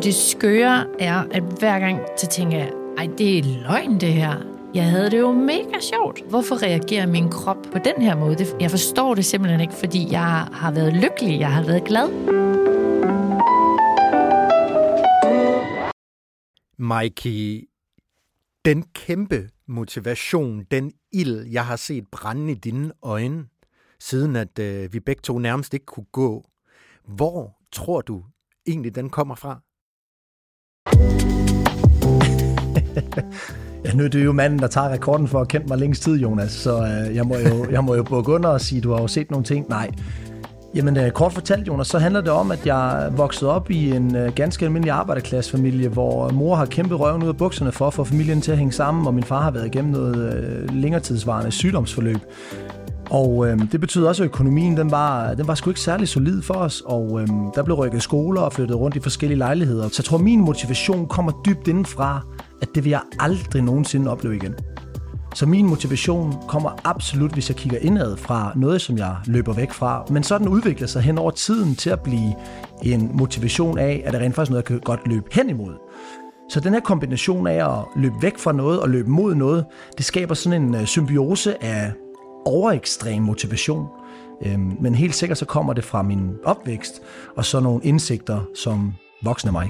det skøre er, at hver gang så tænker jeg, ej, det er løgn det her. Jeg havde det jo mega sjovt. Hvorfor reagerer min krop på den her måde? Jeg forstår det simpelthen ikke, fordi jeg har været lykkelig, jeg har været glad. Maiki, den kæmpe motivation, den ild, jeg har set brænde i dine øjne, siden at vi begge to nærmest ikke kunne gå. Hvor tror du egentlig, den kommer fra? Ja, nu er det jo manden, der tager rekorden for at kende mig længst tid, Jonas, så jeg må jo bukke under og sige, du har jo set nogle ting. Nej. Jamen, kort fortalt, Jonas, så handler det om, at jeg voksede op i en ganske almindelig arbejderklassefamilie, hvor mor har kæmpet røven ud af bukserne for at få familien til at hænge sammen, og min far har været igennem noget længeretidsvarende sygdomsforløb. Og det betyder også, at økonomien den var sgu ikke særlig solid for os, og der blev rykket skoler og flyttet rundt i forskellige lejligheder. Så jeg tror, min motivation kommer dybt indenfra, at det vil jeg aldrig nogensinde opleve igen. Så min motivation kommer absolut, hvis jeg kigger indad, fra noget, som jeg løber væk fra. Men så den udvikler sig hen over tiden til at blive en motivation af, at der rent faktisk noget, jeg kan godt løbe hen imod. Så den her kombination af at løbe væk fra noget og løbe mod noget, det skaber sådan en symbiose af overekstrem motivation. Men helt sikkert så kommer det fra min opvækst, og så nogle indsigter som voksne mig.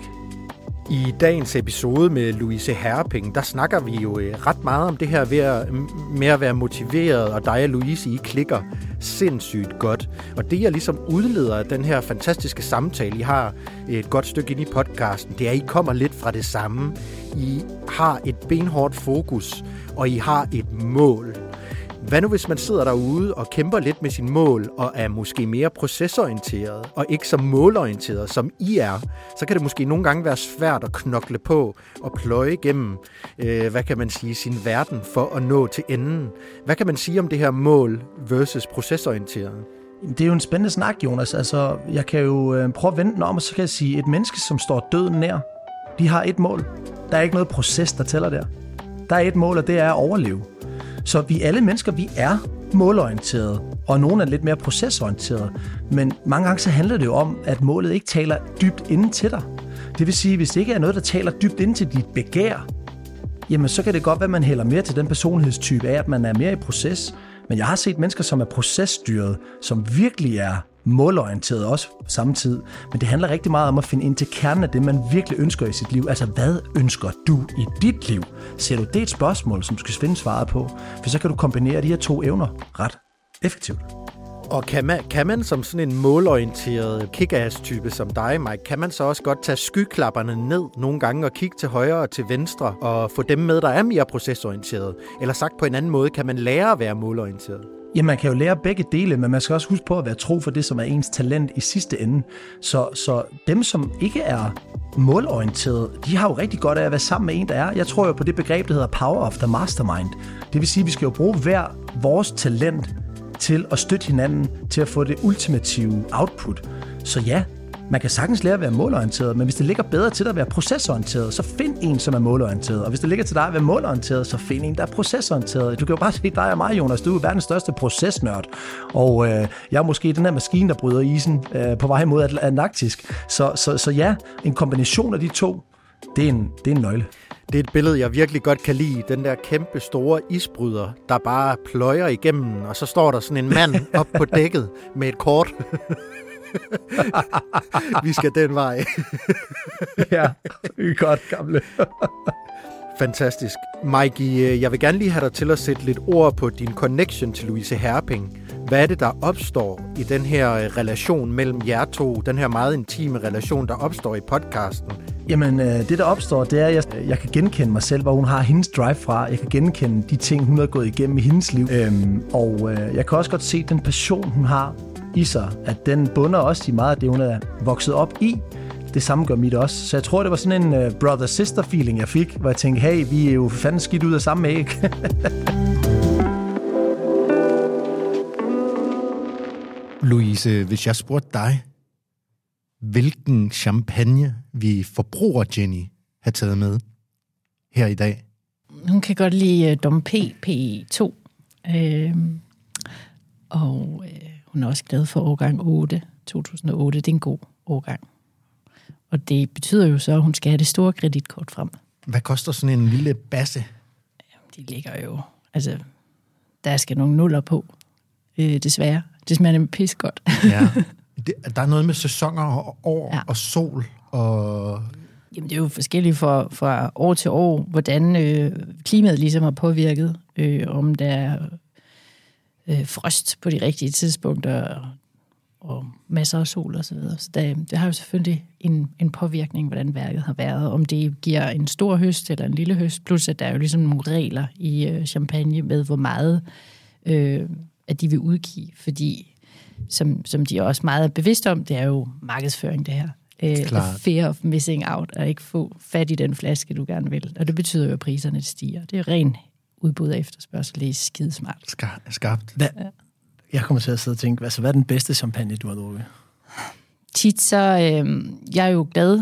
I dagens episode med Louise Herping, der snakker vi jo ret meget om det her med at være motiveret, og dig og Louise, I klikker sindssygt godt. Og det, jeg ligesom udleder af den her fantastiske samtale, I har et godt stykke ind i podcasten, det er, at I kommer lidt fra det samme. I har et benhårdt fokus, og I har et mål. Hvad nu, hvis man sidder derude og kæmper lidt med sine mål, og er måske mere procesorienteret, og ikke så målorienteret, som I er, så kan det måske nogle gange være svært at knokle på og pløje igennem, sin verden for at nå til enden. Hvad kan man sige om det her mål versus procesorienteret? Det er jo en spændende snak, Jonas. Altså, jeg kan jo prøve at vende den om, og så kan jeg sige, at et menneske, som står døden nær, de har et mål. Der er ikke noget proces, der tæller der. Der er et mål, og det er at overleve. Så vi alle mennesker, vi er målorienterede, og nogle er lidt mere procesorienterede. Men mange gange så handler det jo om, at målet ikke taler dybt inden til dig. Det vil sige, hvis det ikke er noget, der taler dybt inden til dit begær, jamen så kan det godt være, at man hælder mere til den personlighedstype af, at man er mere i proces. Men jeg har set mennesker, som er processtyret, som virkelig er målorienteret også samtidig. Men det handler rigtig meget om at finde ind til kernen af det, man virkelig ønsker i sit liv. Altså, hvad ønsker du i dit liv? Ser du, det er et spørgsmål, som du skal finde svaret på. For så kan du kombinere de her to evner ret effektivt. Og kan man som sådan en målorienteret kick-ass-type som dig, Mike, kan man så også godt tage skyklapperne ned nogle gange og kigge til højre og til venstre og få dem med, der er mere procesorienteret? Eller sagt på en anden måde, kan man lære at være målorienteret? Ja, man kan jo lære begge dele, men man skal også huske på at være tro for det, som er ens talent i sidste ende. Så dem, som ikke er målorienterede, de har jo rigtig godt af at være sammen med en, der er. Jeg tror jo på det begreb, der hedder power of the mastermind. Det vil sige, at vi skal jo bruge hver vores talent til at støtte hinanden, til at få det ultimative output. Så ja, man kan sagtens lære at være målorienteret, men hvis det ligger bedre til dig at være procesorienteret, så find en, som er målorienteret. Og hvis det ligger til dig at være målorienteret, så find en, der er procesorienteret. Du kan jo bare se dig og mig, Jonas. Du er verdens største procesnørd. Og jeg er måske den her maskine, der bryder isen på vej mod Antarktisk. Så ja, en kombination af de to, det er en nøgle. Det er et billede, jeg virkelig godt kan lide. Den der kæmpe store isbryder, der bare pløjer igennem, og så står der sådan en mand op på dækket med et kort. Vi skal den vej. Ja, det er godt, gamle. Fantastisk. Mikey, jeg vil gerne lige have dig til at sætte lidt ord på din connection til Louise Herping. Hvad er det, der opstår i den her relation mellem jer to, den her meget intime relation, der opstår i podcasten? Jamen, det der opstår, det er, at jeg kan genkende mig selv, hvor hun har hendes drive fra. Jeg kan genkende de ting, hun har gået igennem i hendes liv. Og jeg kan også godt se den passion, hun har i sig, at den bunder også i meget af det, hun er vokset op i. Det samme gør mit også. Så jeg tror, det var sådan en brother-sister-feeling, jeg fik, hvor jeg tænkte, hey, vi er jo for fanden skidt ud af samme æg. Louise, hvis jeg spurgte dig, hvilken champagne vi forbruger Jenny have taget med her i dag? Hun kan godt lide Dom P2. Og hun er også glad for årgang 8, 2008. Det er en god årgang. Og det betyder jo så, at hun skal have det store kreditkort frem. Hvad koster sådan en lille basse? De ligger jo... Altså, der skal nogle nuller på, desværre. Det smager nemlig pis godt. Ja. Der er noget med sæsoner og år og sol og... Jamen, det er jo forskelligt fra år til år, hvordan klimaet ligesom har påvirket. Om der er frost på de rigtige tidspunkter og masser af sol og så videre. Så det har jo selvfølgelig en påvirkning, hvordan værket har været. Om det giver en stor høst eller en lille høst, plus at der er jo ligesom nogle regler i champagne med, hvor meget at de vil udgive. Fordi, som de er også meget bevidste om, det er jo markedsføring, det her. Fear of missing out, og ikke få fat i den flaske, du gerne vil. Og det betyder jo, at priserne stiger. Det er ren udbud af efterspørgsel. Det er skidesmart. Skarpt. Jeg kommer til at sidde og tænke, altså, hvad er den bedste champagne, du har drukket? Tit så, jeg er jo glad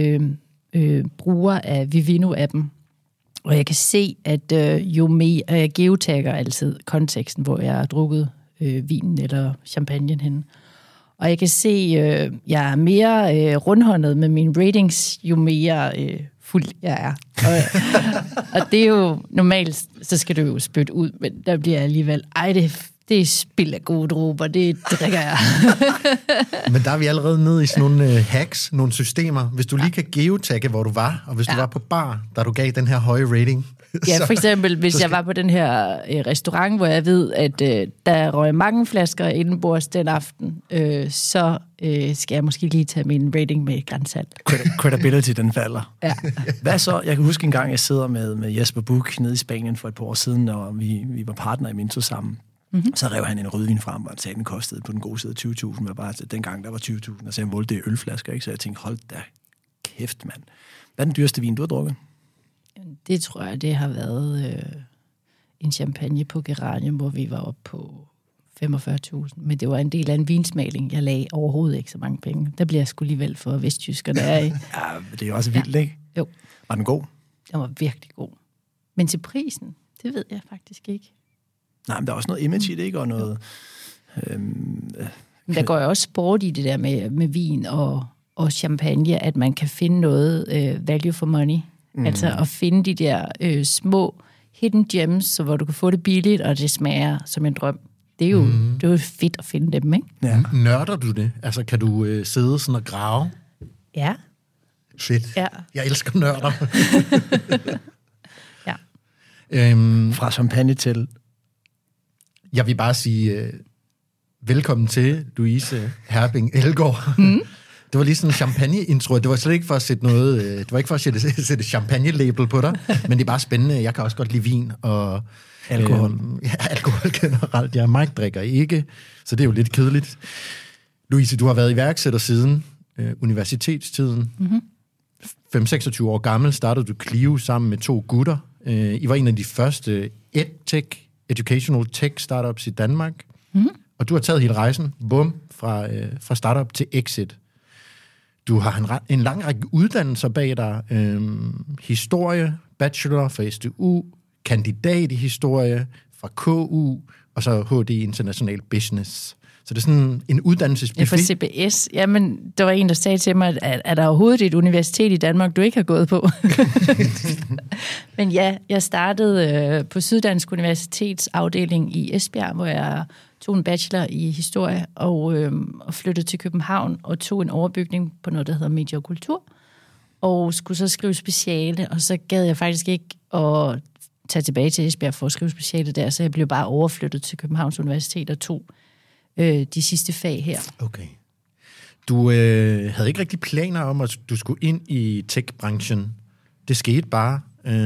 bruger af Vivino-appen, og jeg kan se, at jo mere, jeg geotagger altid konteksten, hvor jeg har drukket vinen eller champagnen henne. Og jeg kan se, jeg er mere rundhåndet med mine ratings, jo mere fuld jeg er. Og det er jo normalt, så skal du jo spytte ud, men der bliver alligevel, det er spild af gode dråber, det drikker jeg. Men der er vi allerede nede i sådan nogle hacks, nogle systemer. Hvis du lige kan geotagge, hvor du var, og hvis du var på bar, der du gav den her høje rating. Ja, for eksempel, hvis jeg var på den her restaurant, hvor jeg ved, at der røg mange flasker indenbords den aften, så skal jeg måske lige tage min rating med grænsalt. Credibility, den falder. Ja. Hvad så? Jeg kan huske en gang, jeg sidder med Jesper Buch nede i Spanien for et par år siden, når vi var partner i Minto sammen. Mm-hmm. Så rev han en rødvin frem, og han sagde, den kostede på den gode side 20.000, men bare dengang der var 20.000, og så han målte det i ølflasker, ikke? Så jeg tænkte, hold da kæft, mand. Hvad er den dyreste vin, du har drukket? Det tror jeg, det har været en champagne på Geranium, hvor vi var oppe på 45.000. Men det var en del af en vinsmaling. Jeg lagde overhovedet ikke så mange penge. Der bliver jeg sgu alligevel for vestjysker, der er i. Ja, det er jo også vildt, ikke? Jo. Var den god? Den var virkelig god. Men til prisen, det ved jeg faktisk ikke. Nej, men der er også noget image i det, ikke? Og noget... Men der går jo også sport i det der med vin og champagne, at man kan finde noget value for money. Altså at finde de der små hidden gems, så hvor du kan få det billigt, og det smager som en drøm. Det er jo fedt at finde dem, ikke? Ja. Nørder du det? Altså, kan du sidde sådan og grave? Ja. Fedt. Ja. Jeg elsker nørder. Ja. Fra champagne til... Jeg vil bare sige velkommen til Louise Herping Elgaard. Det var lige sådan en champagne-intro. Det var slet ikke for at sætte noget... det var ikke for at sætte champagne-label på dig, men det er bare spændende. Jeg kan også godt lide vin og... Alkohol. Alkohol generelt. Jeg drikker ikke, så det er jo lidt kedeligt. Louise, du har været iværksætter siden universitetstiden. 5-26 år gammel startede du Clio sammen med 2 gutter. I var en af de første educational tech startups i Danmark. Og du har taget hele rejsen, fra startup til exit. Du har en lang række uddannelser bag dig. Historie, bachelor fra SDU, kandidat i historie fra KU, og så HD i International Business. Så det er sådan en uddannelsesbuffet. Ja, for CBS. Jamen, der var en, der sagde til mig, at er der overhovedet et universitet i Danmark, du ikke har gået på? Men ja, jeg startede på Syddansk Universitets afdeling i Esbjerg, hvor jeg tog en bachelor i historie og flyttede til København og tog en overbygning på noget, der hedder medie og kultur, og skulle så skrive speciale, og så gad jeg faktisk ikke at tage tilbage til Esbjerg for at skrive speciale der, så jeg blev bare overflyttet til Københavns Universitet og tog de sidste fag her. Okay. Du havde ikke rigtig planer om, at du skulle ind i tech-branchen. Det skete bare.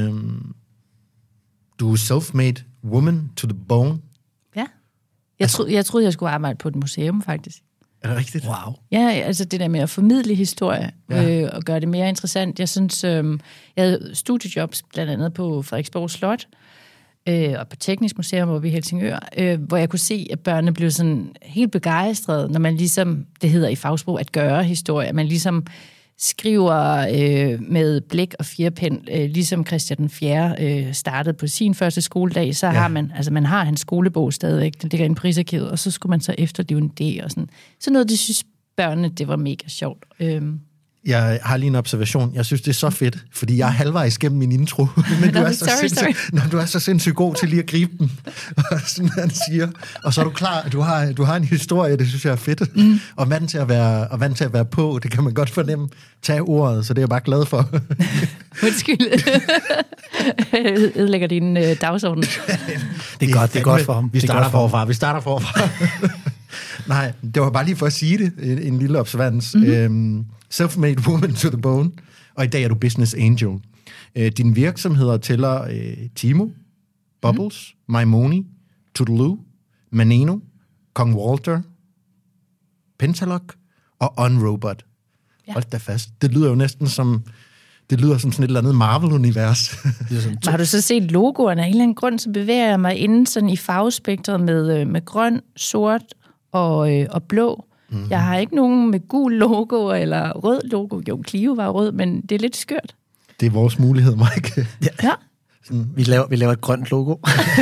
Du er self-made woman to the bone. Ja. Jeg troede, jeg skulle arbejde på et museum, faktisk. Er det rigtigt? Wow. Ja, altså det der med at formidle historie og gøre det mere interessant. Jeg synes, jeg havde studiejobs blandt andet på Frederiksborg Slot og på Teknisk Museum oppe i Helsingør, hvor jeg kunne se, at børnene blev sådan helt begejstrede, når man ligesom, det hedder i fagsprog, at gøre historie. Man ligesom skriver med blæk og fjerpen, ligesom Christian den 4. Startede på sin første skoledag, så har man har hans skolebog stadigvæk, den ligger i en prisarkivet, og så skulle man så efterlive det og sådan. Så noget, det synes børnene, det var mega sjovt. Jeg har lige en observation. Jeg synes, det er så fedt, fordi jeg er halvvejs gennem min intro, men du er så sindssygt god til lige at gribe den, og sådan han siger. Og så er du klar, du har en historie, det synes jeg er fedt. Og vant til at være på, det kan man godt fornemme. Tag ordet, så det er jeg bare glad for. Undskyld. Ødelægger din dagsorden. Det er godt for ham. Vi starter forfra. Nej, det var bare lige for at sige det, en lille observans. Self-made woman to the bone, og i dag er du business angel. Dine virksomheder tæller Timo, Bubbles, MyMoney, Toodaloo, Maneno, Kong Walter, Pentalog og OnRobot. Ja. Hold da fast. Det lyder jo næsten som sådan et eller andet Marvel-univers. Har du så set logoerne? Af en eller anden grund, så bevæger jeg mig inden sådan i farvespektret med grøn, sort og blå. Jeg har ikke nogen med gul logo eller rød logo. Jo, Clio var rød, men det er lidt skørt. Det er vores mulighed, Mike. Ja. Vi laver et grønt logo.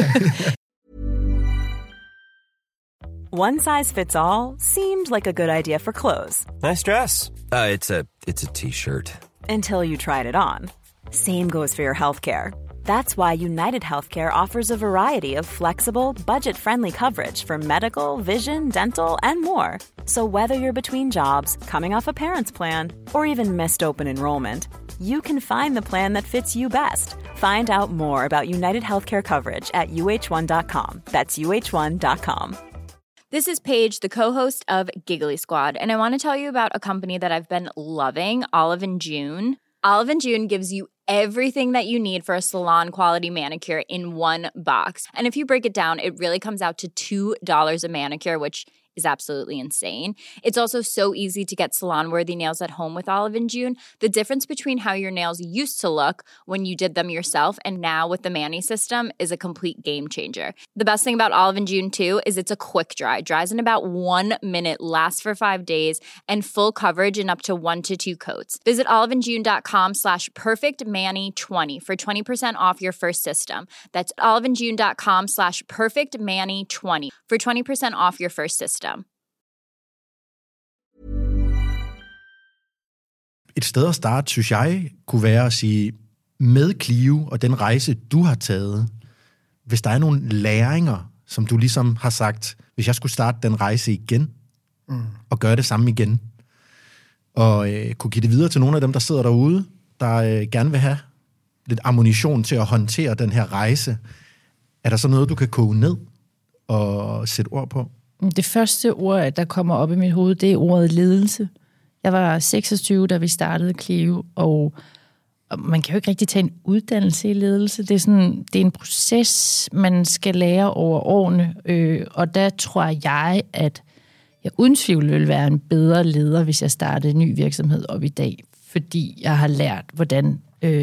One size fits all seemed like a good idea for clothes. Nice dress. It's a t-shirt. Until you tried it on. Same goes for your healthcare. That's why United Healthcare offers a variety of flexible, budget-friendly coverage for medical, vision, dental, and more. So whether you're between jobs, coming off a parent's plan, or even missed open enrollment, you can find the plan that fits you best. Find out more about United Healthcare coverage at uh1.com. That's uh1.com. This is Paige, the co-host of Giggly Squad, and I want to tell you about a company that I've been loving, Olive & June. Olive & June gives you everything that you need for a salon-quality manicure in one box. And if you break it down, it really comes out to $2 a manicure, which is absolutely insane. It's also so easy to get salon-worthy nails at home with Olive & June. The difference between how your nails used to look when you did them yourself and now with the Mani system is a complete game changer. The best thing about Olive & June, too, is it's a quick dry. Dries in about 1 minute, lasts for 5 days, and full coverage in up to 1 to 2 coats. Visit oliveandjune.com/perfectmani20 for 20% off your first system. That's oliveandjune.com/perfectmani20 for 20% off your first system. Et sted at starte, synes jeg, kunne være at sige, med Clio og den rejse, du har taget, hvis der er nogle læringer, som du ligesom har sagt, hvis jeg skulle starte den rejse igen, og gøre det samme igen, og kunne give det videre til nogle af dem, der sidder derude, der gerne vil have lidt ammunition til at håndtere den her rejse, er der så noget, du kan koge ned og sætte ord på? Det første ord, der kommer op i mit hoved, det er ordet ledelse. Jeg var 26, da vi startede Clio, og man kan jo ikke rigtig tage en uddannelse i ledelse. Det er en proces, man skal lære over årene, og der tror jeg, at jeg uden tvivl vil være en bedre leder, hvis jeg startede en ny virksomhed op i dag, fordi jeg har lært, hvordan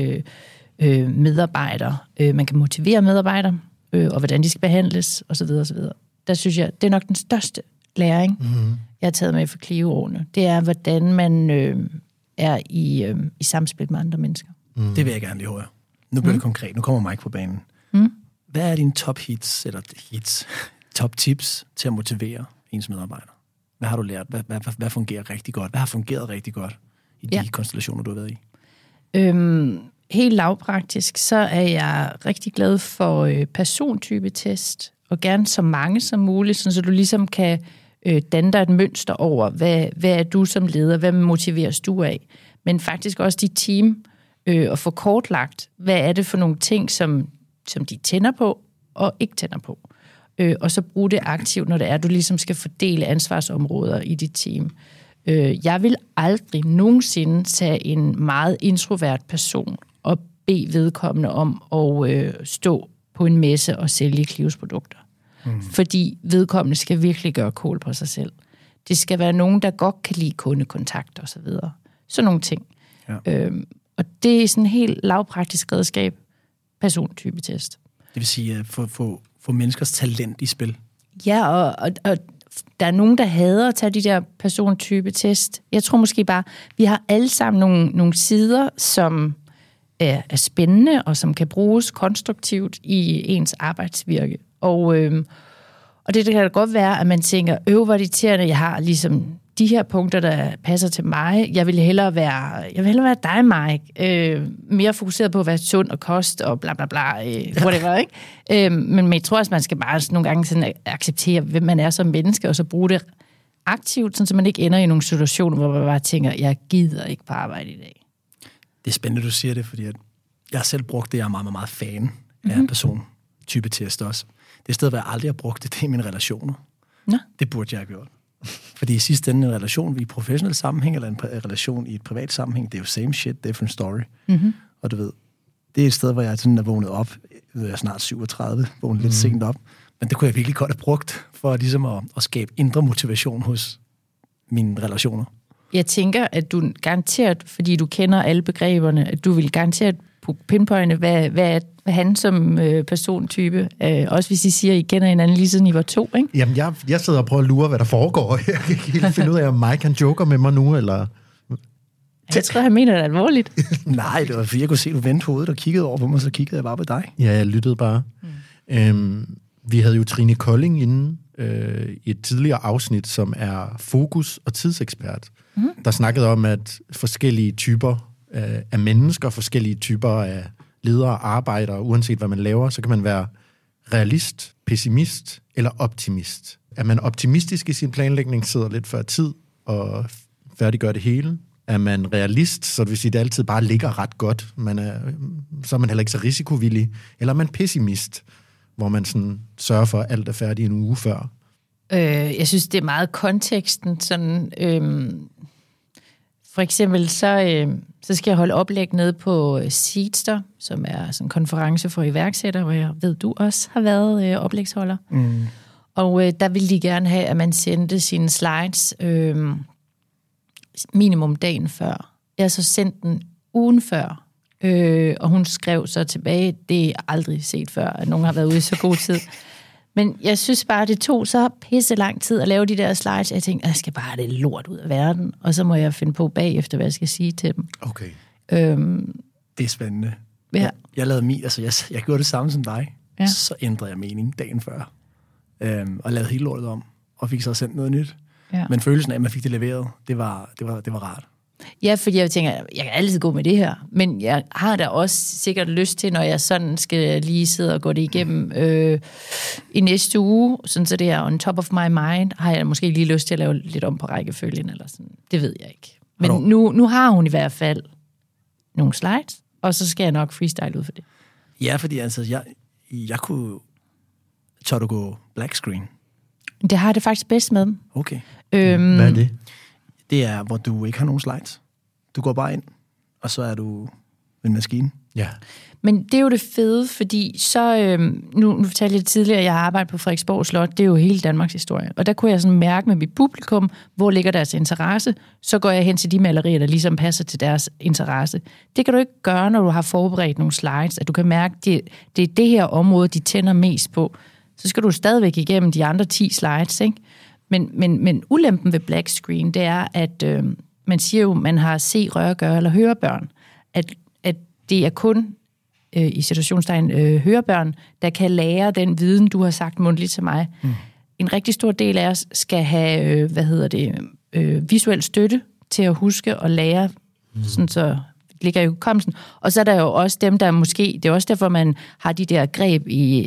man kan motivere medarbejdere, og hvordan de skal behandles, osv. osv. Der synes jeg, det er nok den største læring, jeg har taget med for Clio-årene. Det er, hvordan man er i samspil med andre mennesker. Det vil jeg gerne lige høre. Nu bliver det konkret. Nu kommer Mike på banen. Hvad er dine top top tips til at motivere ens medarbejdere? Hvad har du lært? Hvad fungerer rigtig godt? Hvad har fungeret rigtig godt i de konstellationer, du har været i? Helt lavpraktisk, så er jeg rigtig glad for persontypetest, og gerne så mange som muligt, så du ligesom kan danne dig et mønster over, hvad er du som leder, hvad motiveres du af? Men faktisk også dit team, at få kortlagt, hvad er det for nogle ting, som de tænder på og ikke tænder på. Og så bruge det aktivt, når det er, du ligesom skal fordele ansvarsområder i dit team. Jeg vil aldrig nogensinde tage en meget introvert person og bede vedkommende om at stå på en messe og sælge Clios produkter. Fordi vedkommende skal virkelig gøre kål på sig selv. Det skal være nogen, der godt kan lide kundekontakt og så videre. Sådan nogle ting. Ja. Og det er sådan en helt lavpraktisk redskab, persontypetest. Det vil sige at få menneskers talent i spil. Ja, og der er nogen, der hader at tage de der persontypetest. Jeg tror måske bare, vi har alle sammen nogle sider, som er spændende, og som kan bruges konstruktivt i ens arbejdsvirke. Og det kan da godt være, at man tænker, hvor irriterende, jeg har ligesom de her punkter, der passer til mig. Jeg vil hellere være dig, Mike. Mere fokuseret på at være sund og kost og bla bla bla, whatever, ikke? Men jeg tror også, man skal bare nogle gange sådan acceptere, hvem man er som menneske, og så bruge det aktivt, sådan, så man ikke ender i nogle situationer, hvor man bare tænker, jeg gider ikke på arbejde i dag. Det er spændende, du siger det, fordi jeg har selv brugt det, jeg er meget, meget fan af persontype test også. Det er sted, hvor jeg aldrig har brugt det, det er i mine relationer. Nå. Det burde jeg have gjort. Fordi i sidste ende en relation i et professionel sammenhæng, eller en relation i et privat sammenhæng, det er jo same shit, different story. Mm-hmm. Og du ved, det er et sted, hvor jeg sådan er vågnet op, jeg er snart 37, vågnet lidt sent op, men det kunne jeg virkelig godt have brugt, for ligesom at skabe indre motivation hos mine relationer. Jeg tænker, at du garanteret, fordi du kender alle begreberne, at du vil garanteret pinpointe, hvad han som persontype, også hvis I siger, at I kender hinanden lige siden I var 2, ikke? Jamen, jeg sidder og prøver at lure, hvad der foregår. Jeg kan ikke helt finde ud af, om Mike han joker med mig nu, eller... Jeg tror, han mener det alvorligt. Nej, det var fordi, jeg kunne se, at du vendte hovedet og kiggede over på mig, så kiggede jeg bare på dig. Ja, jeg lyttede bare. Vi havde jo Trine Kolding inde i et tidligere afsnit, som er fokus- og tidsekspert, der snakkede om, at forskellige typer af mennesker, forskellige typer af ledere og arbejdere, uanset hvad man laver, så kan man være realist, pessimist eller optimist. Er man optimistisk i sin planlægning, sidder lidt før tid og færdiggør det hele. Er man realist, så det vil sige, at det altid bare ligger ret godt. Så er man heller ikke så risikovillig. Eller er man pessimist, hvor man sådan sørger for, at alt er færdigt en uge før. Jeg synes, det er meget konteksten. Sådan, for eksempel, så skal jeg holde oplæg nede på Seedster, som er sådan en konference for iværksættere, hvor jeg ved, du også har været oplægsholder. Mm. Og der ville de gerne have, at man sendte sine slides minimum dagen før. Jeg har så sendt den ugen før, og hun skrev så tilbage, det er aldrig set før, at nogen har været ude i så god tid. Men jeg synes bare, det tog så pisse lang tid at lave de der slides. Jeg tænkte, jeg skal bare have det lort ud af verden, og så må jeg finde på bagefter, hvad jeg skal sige til dem. Okay. Det er spændende. Ja. Jeg lavede jeg gjorde det samme som dig. Ja. Så ændrede jeg mening dagen før. Og lavede hele lortet om, og fik så sendt noget nyt. Ja. Men følelsen af, at man fik det leveret, det var rart. Ja, fordi jeg tænker, jeg kan altid gå med det her, men jeg har da også sikkert lyst til, når jeg sådan skal lige sidde og gå det igennem i næste uge, sådan så det er on top of my mind, har jeg måske lige lyst til at lave lidt om på rækkefølgen, eller sådan. Det ved jeg ikke. Men nu har hun i hvert fald nogle slides, og så skal jeg nok freestyle ud for det. Ja, fordi altså, jeg kunne... Tør du gå black screen? Det har det faktisk bedst med. Okay. Hvad er det? Det er, hvor du ikke har nogen slides. Du går bare ind, og så er du en maskine. Ja. Men det er jo det fede, fordi så... Nu fortalte jeg tidligere, at jeg har arbejdet på Frederiksborg Slot. Det er jo hele Danmarks historie. Og der kunne jeg sådan mærke med mit publikum, hvor ligger deres interesse. Så går jeg hen til de malerier, der ligesom passer til deres interesse. Det kan du ikke gøre, når du har forberedt nogle slides. At du kan mærke, at det er det her område, de tænder mest på. Så skal du stadigvæk igennem de andre 10 slides, ikke? Men ulempen ved black screen, det er, at man siger jo, man har se, røre, gøre eller høre børn. At det er kun, i situationstegn, hørebørn, der kan lære den viden, du har sagt mundtligt til mig. Mm. En rigtig stor del af os skal have, visuel støtte til at huske og lære, sådan så ligger i hukommelsen. Og så er der jo også dem, der måske... Det er også derfor, man har de der greb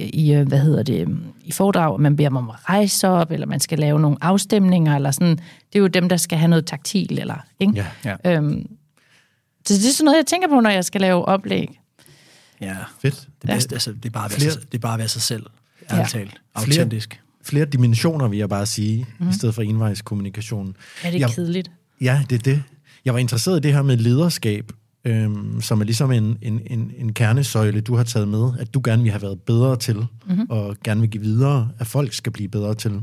i foredrag, man beder dem om at rejse op, eller man skal lave nogle afstemninger, eller sådan. Det er jo dem, der skal have noget taktil, eller... Ikke? Ja. Så det er sådan noget, jeg tænker på, når jeg skal lave oplæg. Ja, fedt. Det bedste, altså, det er bare at være sig selv. Ærligt talt. Autentisk. Flere dimensioner, vil jeg bare sige, i stedet for envejskommunikation. Ja, det er kedeligt. Ja, det er det. Jeg var interesseret i det her med lederskab, som er ligesom en kernesøjle, du har taget med, at du gerne vil have været bedre til, og gerne vil give videre, at folk skal blive bedre til.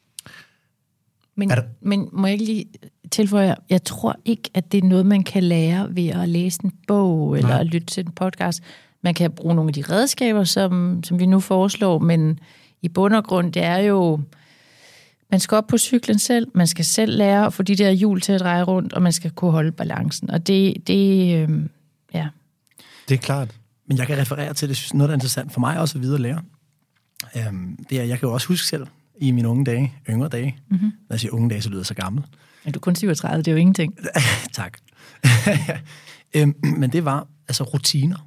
Men må jeg ikke lige tilføje, jeg tror ikke, at det er noget, man kan lære ved at læse en bog, eller at lytte til en podcast. Man kan bruge nogle af de redskaber, som vi nu foreslår, men i bund og grund, det er jo... Man skal op på cyklen selv, man skal selv lære at få de der hjul til at dreje rundt, og man skal kunne holde balancen. Og det ja. Det er klart. Men jeg kan referere til det, synes noget, der er interessant for mig også at videre lære. Det er, jeg kan jo også huske selv i mine yngre dage, når jeg siger unge dage, så lyder jeg så gammel. Men du er kun 37, det er jo ingenting. Tak. Men det var altså rutiner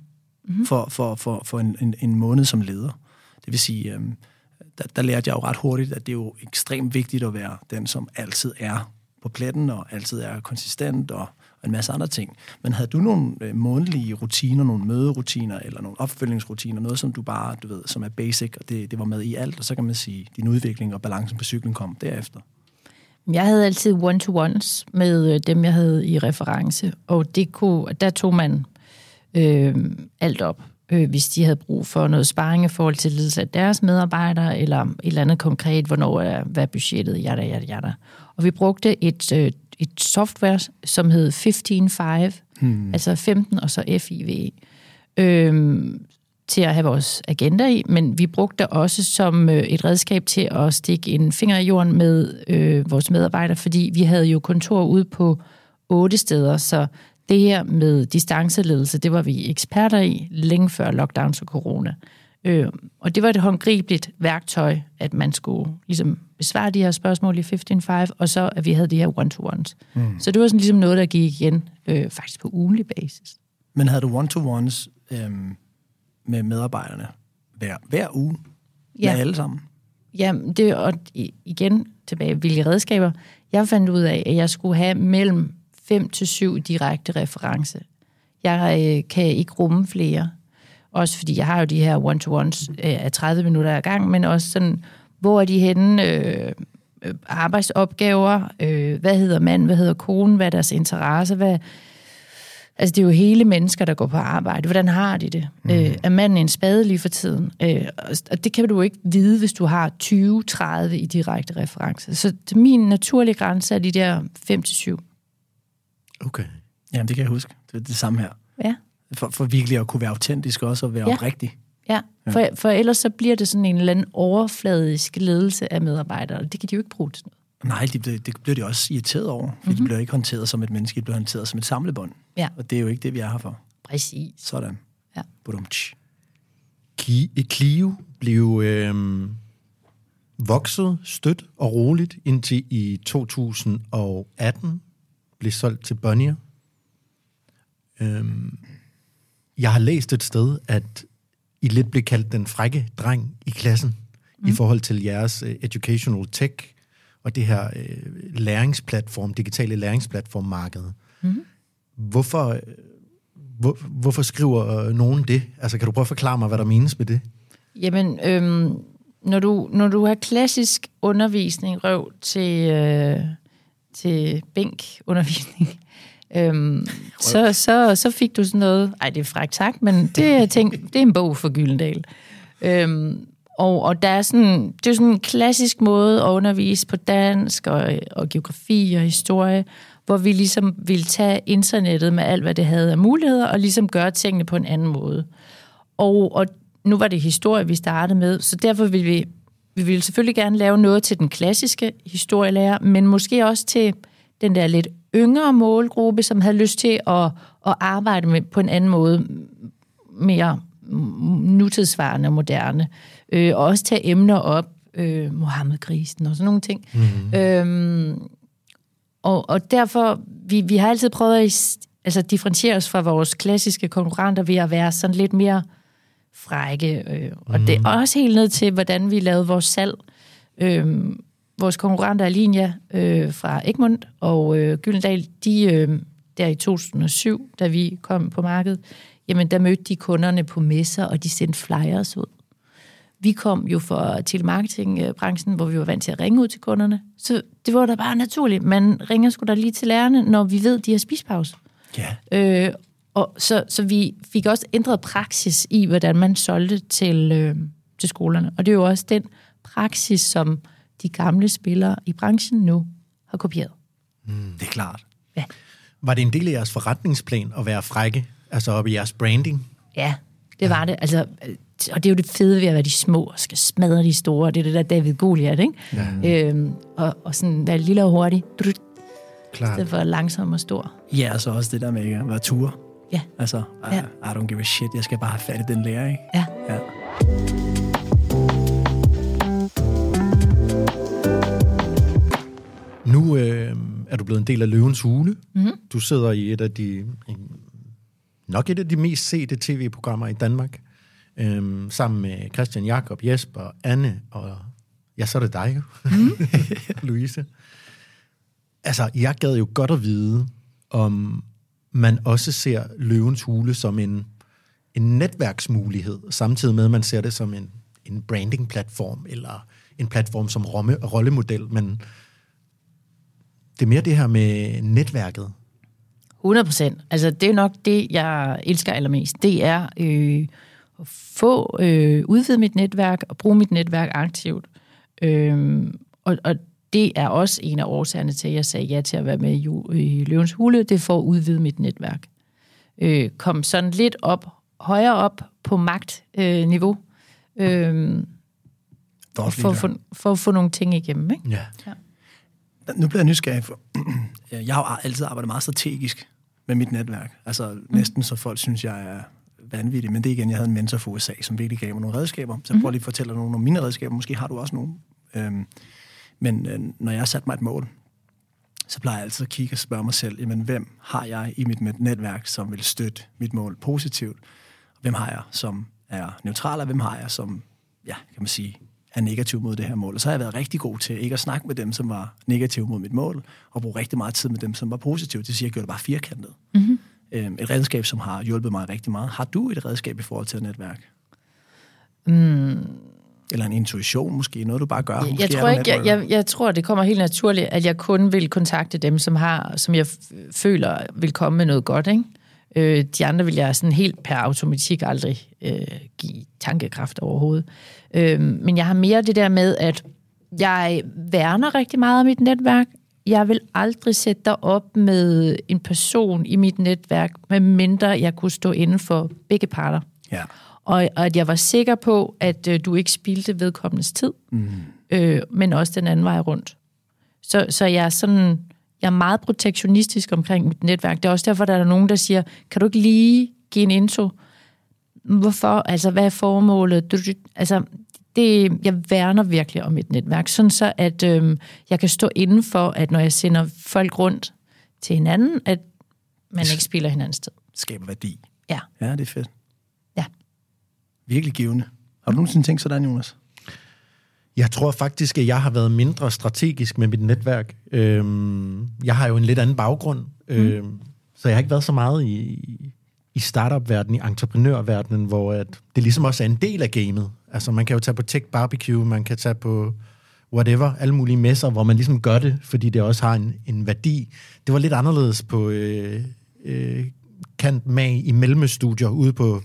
for en måned som leder. Det vil sige, der lærte jeg jo ret hurtigt, at det er jo ekstremt vigtigt at være den, som altid er på pletten, og altid er konsistent, og en masse andre ting. Men havde du nogle månedlige rutiner, nogle møderutiner, eller nogle opfølgningsrutiner, noget som du bare, du ved, som er basic, og det var med i alt, og så kan man sige, din udvikling og balancen på cyklen kom derefter? Jeg havde altid one-to-ones med dem, jeg havde i reference, og der tog man alt op, hvis de havde brug for noget sparring i forhold til ledelse af deres medarbejdere, eller et eller andet konkret, hvad er budgettet, jada. Og vi brugte et software, som hed 15-5, altså 15 og så FIV, til at have vores agenda i, men vi brugte det også som et redskab til at stikke en finger i jorden med vores medarbejdere, fordi vi havde jo kontor ude på 8 steder, så det her med distanceledelse, det var vi eksperter i længe før lockdown og corona. Og det var et håndgribeligt værktøj, at man skulle ligesom besvare de her spørgsmål i 15-5, og så at vi havde de her one-to-ones. Så det var sådan ligesom noget, der gik igen faktisk på ugentlig basis. Men havde du one-to-ones med medarbejderne hver uge? Ja. Med alle sammen? Ja, og igen tilbage, hvilke redskaber. Jeg fandt ud af, at jeg skulle have mellem 5 til 7 direkte reference. Jeg kan ikke rumme flere. Også fordi jeg har jo de her one-to-ones af 30 minutter ad gang, men også sådan, hvor er de henne? Arbejdsopgaver, hvad hedder mand, hvad hedder kone, hvad er deres interesse, altså det er jo hele mennesker, der går på arbejde. Hvordan har de det? Er manden en spade lige for tiden? Og det kan du jo ikke vide, hvis du har 20-30 i direkte reference. Så min naturlige grænse er de der 5-7. Okay. Jamen, det kan jeg huske. Det er det samme her. Ja. For virkelig at kunne være autentisk også, og være oprigtig. Ja, for ellers så bliver det sådan en eller anden overfladisk ledelse af medarbejdere, og det kan de jo ikke bruge til noget. Nej, det bliver de også irriteret over, for de bliver ikke håndteret som et menneske, de bliver håndteret som et samlebånd. Ja. Og det er jo ikke det, vi er her for. Præcis. Sådan. Ja. Clio blev vokset stødt og roligt indtil i 2018 blev solgt til Bonnier. Jeg har læst et sted, at I lidt blev kaldt den frække dreng i klassen i forhold til jeres educational tech og det her digitale læringsplatformmarked. Hvorfor skriver nogen det? Altså, kan du prøve at forklare mig, hvad der menes med det? Jamen, når du har klassisk undervisning, røv til bænkundervisning, så fik du sådan noget, det er frækt sagt, men det er en bog for Gyldendal. Og der er sådan, det er sådan en klassisk måde at undervise på dansk og geografi og historie, hvor vi ligesom ville tage internettet med alt, hvad det havde af muligheder, og ligesom gøre tingene på en anden måde. Og nu var det historie, vi startede med, så derfor ville vi ville selvfølgelig gerne lave noget til den klassiske historielærer, men måske også til den der lidt yngre målgruppe, som havde lyst til at arbejde med på en anden måde, mere nutidsvarende og moderne. Og også tage emner op, Mohammed-krisen og sådan nogle ting. Og derfor, vi har altid prøvet at differentiere os fra vores klassiske konkurrenter ved at være sådan lidt mere frække. Og det er også helt ned til, hvordan vi lavede vores salg. Vores konkurrenter Alinea fra Egmont og Gyldendal, de der i 2007, da vi kom på markedet, jamen der mødte de kunderne på messer, og de sendte flyers ud. Vi kom jo fra telemarketingbranchen, hvor vi var vant til at ringe ud til kunderne. Så det var da bare naturligt. Man ringer sgu da lige til lærerne, når vi ved, de har spisepause. Ja. Og så vi fik også ændret praksis i, hvordan man solgte til skolerne. Og det er jo også den praksis, som de gamle spillere i branchen nu har kopieret. Det er klart. Ja. Var det en del af jeres forretningsplan at være frække? Altså op i jeres branding? Ja, det var det. Altså, og det er jo det fede ved at være de små og skal smadre de store. Det er det der David Goliath, ikke? Ja. Og sådan være lille og hurtig. Klart. I stedet for langsom og stor. Ja, og så også det der med at være ture. Ja. Altså, I don't give a shit. Jeg skal bare have fat i den lærer, ikke? Ja. Nu er du blevet en del af Løvens Hule. Mm-hmm. Du sidder i et af de mest sete tv-programmer i Danmark, sammen med Christian, Jakob, Jesper, Anne, og ja, så er det dig jo, Louise. Altså, jeg gad jo godt at vide, om man også ser Løvens Hule som en netværksmulighed, samtidig med, at man ser det som en branding-platform, eller en platform som rollemodel, men det er mere det her med netværket. 100%. Altså, det er nok det, jeg elsker allermest. Det er at få udvidet mit netværk og bruge mit netværk aktivt. Og det er også en af årsagerne til, at jeg sagde ja til at være med i Løvens Hule. Det er for at udvide mit netværk. Kom sådan lidt højere op på magtniveau. For at få nogle ting igennem, ikke? Ja. Nu bliver jeg nysgerrig for. Jeg har jo altid arbejdet meget strategisk med mit netværk. Altså næsten så folk synes, jeg er vanvittig. Men det igen, jeg havde en mentor for USA, som virkelig gav mig nogle redskaber. Så jeg prøver lige at fortælle dig nogle af mine redskaber. Måske har du også nogle. Men når jeg har sat mig et mål, så plejer jeg altid at kigge og spørge mig selv, jamen, hvem har jeg i mit netværk, som vil støtte mit mål positivt? Hvem har jeg, som er neutral, og hvem har jeg, som, ja, kan man sige, er negativ mod det her mål? Og så har jeg været rigtig god til ikke at snakke med dem, som var negative mod mit mål, og bruge rigtig meget tid med dem, som var positive. Det vil sige, at jeg gjorde det bare firkantet. Mm-hmm. Et redskab, som har hjulpet mig rigtig meget. Har du et redskab i forhold til et netværk? Eller en intuition måske, noget du bare gør? Jeg tror, det kommer helt naturligt, at jeg kun vil kontakte dem, som jeg føler vil komme med noget godt, ikke? De andre vil jeg sådan helt per automatik aldrig give tankekraft overhovedet. Men jeg har mere det der med, at jeg værner rigtig meget af mit netværk. Jeg vil aldrig sætte dig op med en person i mit netværk, medmindre jeg kunne stå inden for begge parter. Ja. Og at jeg var sikker på, at du ikke spildte vedkommendes tid, men også den anden vej rundt. Så jeg er meget protektionistisk omkring mit netværk. Det er også derfor, der er nogen, der siger, kan du ikke lige give en intro? Hvorfor? Altså, hvad er formålet? Altså, jeg værner virkelig om mit netværk, sådan så, at jeg kan stå inden for, at når jeg sender folk rundt til hinanden, at man ikke spilder hinandens tid. Skaber værdi. Ja. Ja, det er fedt. Ja. Virkelig givende. Har du nogensinde tænkt sådan, Jonas? Jeg tror faktisk, at jeg har været mindre strategisk med mit netværk. Jeg har jo en lidt anden baggrund, så jeg har ikke været så meget i startup-verdenen, i entreprenørverdenen, hvor at det ligesom også er en del af gamet. Altså, man kan jo tage på Tech Barbecue, man kan tage på whatever, alle mulige messer, hvor man ligesom gør det, fordi det også har en værdi. Det var lidt anderledes på Cand. Mag i Mellemstudier ude på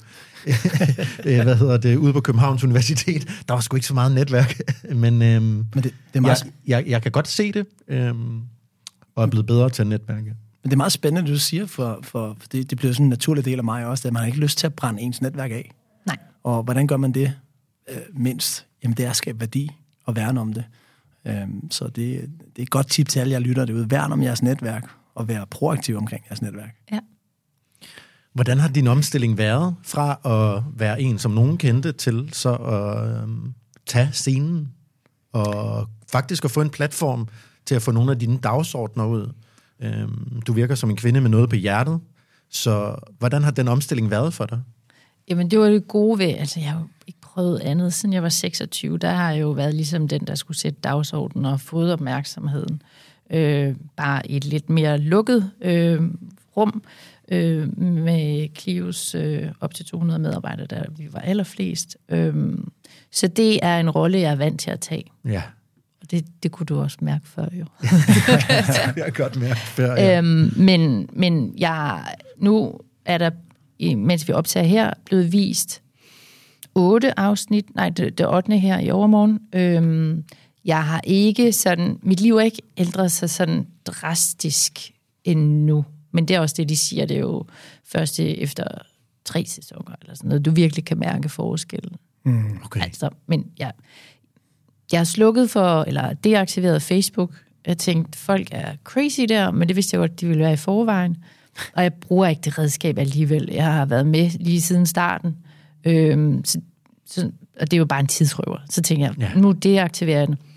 ude på Københavns Universitet. Der var sgu ikke så meget netværk, men det er meget... jeg kan godt se det, og er blevet bedre til at netværke. Men det er meget spændende, det du siger, for det bliver sådan en naturlig del af mig også, at man har ikke lyst til at brænde ens netværk af. Nej. Og hvordan gør man det mindst? Jamen, det er at skabe værdi og værne om det. Så det er et godt tip til alle jer lyttere derude. Værn om jeres netværk, og være proaktiv omkring jeres netværk. Ja. Hvordan har din omstilling været fra at være en, som nogen kendte, til så at tage scenen og faktisk at få en platform til at få nogle af dine dagsordner ud? Du virker som en kvinde med noget på hjertet, så hvordan har den omstilling været for dig? Jamen, det var det gode ved, altså jeg har jo ikke prøvet andet, siden jeg var 26, der har jeg jo været ligesom den, der skulle sætte dagsordenen og fået opmærksomheden. Bare i et lidt mere lukket rum, med Clios op til 200 medarbejdere, der vi var allerflest. Så det er en rolle, jeg er vant til at tage. Ja. Og det kunne du også mærke før, jo. Jeg har godt mærket før, ja. Men nu er der, mens vi optager her, blevet vist 8 afsnit, det 8. her i overmorgen. Jeg har ikke sådan, mit liv har ikke ændret sig sådan drastisk endnu. Men det er også det, de siger, det er jo først efter 3 sæsoner, eller sådan noget, du virkelig kan mærke forskellen. Okay. Altså, men jeg har slukket for, eller deaktiveret Facebook. Jeg tænkte, folk er crazy der, men det vidste jeg godt, de ville være i forvejen. Og jeg bruger ikke det redskab alligevel. Jeg har været med lige siden starten. Og det er jo bare en tidsrøver. Så tænker jeg, nu deaktiverer jeg den.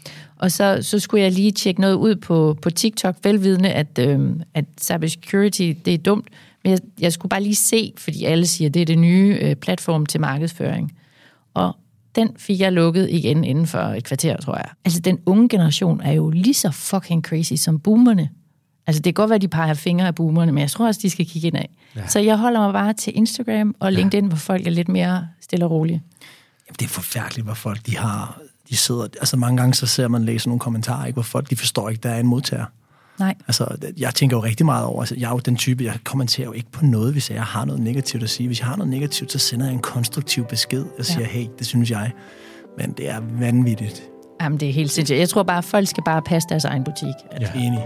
Og så skulle jeg lige tjekke noget ud på TikTok, velvidende, at cybersecurity, det er dumt. Men jeg skulle bare lige se, fordi alle siger, at det er det nye platform til markedsføring. Og den fik jeg lukket igen inden for et kvarter, tror jeg. Altså, den unge generation er jo lige så fucking crazy som boomerne. Altså, det kan godt være, de peger fingre af boomerne, men jeg tror også, de skal kigge ind af. Ja. Så jeg holder mig bare til Instagram og LinkedIn, hvor folk er lidt mere stille og rolige. Jamen, det er forfærdeligt, hvor folk de sidder... Altså, mange gange så ser man læser nogle kommentarer, ikke, hvor folk de forstår ikke, der er en modtager. Nej. Altså, jeg tænker jo rigtig meget over, altså, jeg er jo den type, jeg kommenterer jo ikke på noget, hvis jeg har noget negativt at sige. Hvis jeg har noget negativt, så sender jeg en konstruktiv besked og siger, hey, det synes jeg. Men det er vanvittigt. Jamen, det er helt sindssygt. Jeg tror bare, at folk skal bare passe deres egen butik. Ja. Enig.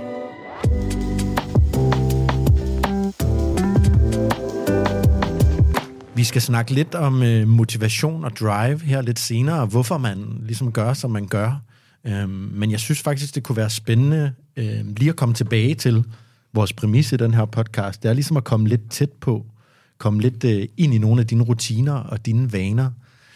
Vi skal snakke lidt om motivation og drive her lidt senere, og hvorfor man ligesom gør, som man gør. Men jeg synes faktisk, det kunne være spændende lige at komme tilbage til vores præmis i den her podcast. Det er ligesom at komme lidt tæt på, komme lidt ind i nogle af dine rutiner og dine vaner.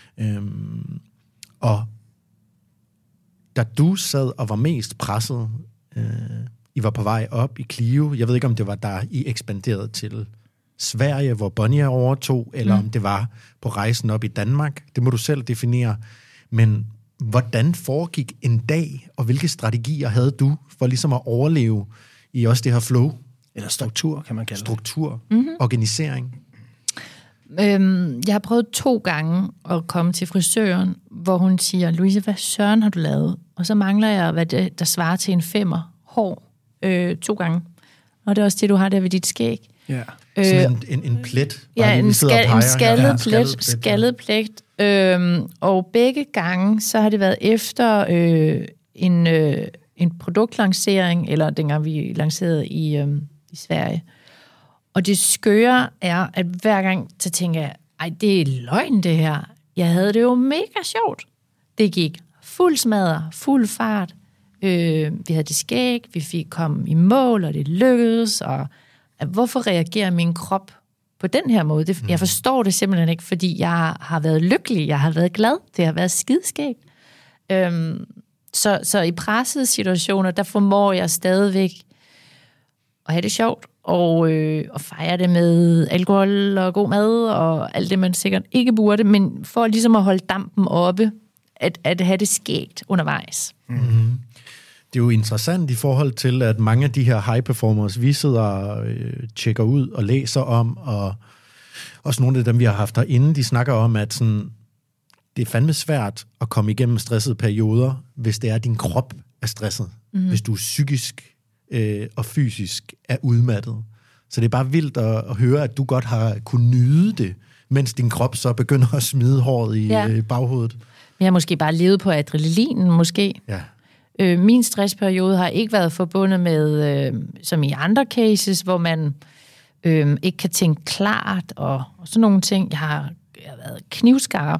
Og da du sad og var mest presset, I var på vej op i Clio, jeg ved ikke, om det var der, I ekspanderede til Sverige, hvor Bonnier overtog, eller om det var på rejsen op i Danmark. Det må du selv definere. Men hvordan foregik en dag, og hvilke strategier havde du for ligesom at overleve i også det her flow? Eller struktur, kan man kalde det. Struktur, organisering. Jeg har prøvet 2 gange at komme til frisøren, hvor hun siger, Louise, hvad søren har du lavet? Og så mangler jeg, hvad det, der svarer til en 5'er hår 2 gange. Og det er også det, du har der ved dit skæg. Ja. Sådan en plet. Ja, en skaldet plet. Og begge gange, så har det været efter en produktlancering, eller dengang vi lancerede i Sverige. Og det skøre er, at hver gang, så tænker jeg, ej, det er løgn det her. Jeg havde det jo mega sjovt. Det gik fuld smadre, fuld fart. Vi havde det skæg, vi fik komme i mål, og det lykkedes, og hvorfor reagerer min krop på den her måde? Jeg forstår det simpelthen ikke, fordi jeg har været lykkelig, jeg har været glad, det har været skideskægt. Så i pressede situationer, der formår jeg stadigvæk at have det sjovt, og fejre det med alkohol og god mad, og alt det, man sikkert ikke burde, men for ligesom at holde dampen oppe, at have det skægt undervejs. Mm-hmm. Det er jo interessant i forhold til, at mange af de her high performers, vi sidder og tjekker ud og læser om, og også nogle af dem, vi har haft herinde, de snakker om, at sådan, det er fandme svært at komme igennem stressede perioder, hvis det er, at din krop er stresset. Mm-hmm. Hvis du psykisk og fysisk er udmattet. Så det er bare vildt at høre, at du godt har kunnet nyde det, mens din krop så begynder at smide håret i baghovedet. Jeg har måske bare levet på adrenalinen, måske. Ja. Min stressperiode har ikke været forbundet med, som i andre cases, hvor man ikke kan tænke klart og sådan nogle ting. Jeg har været knivskarp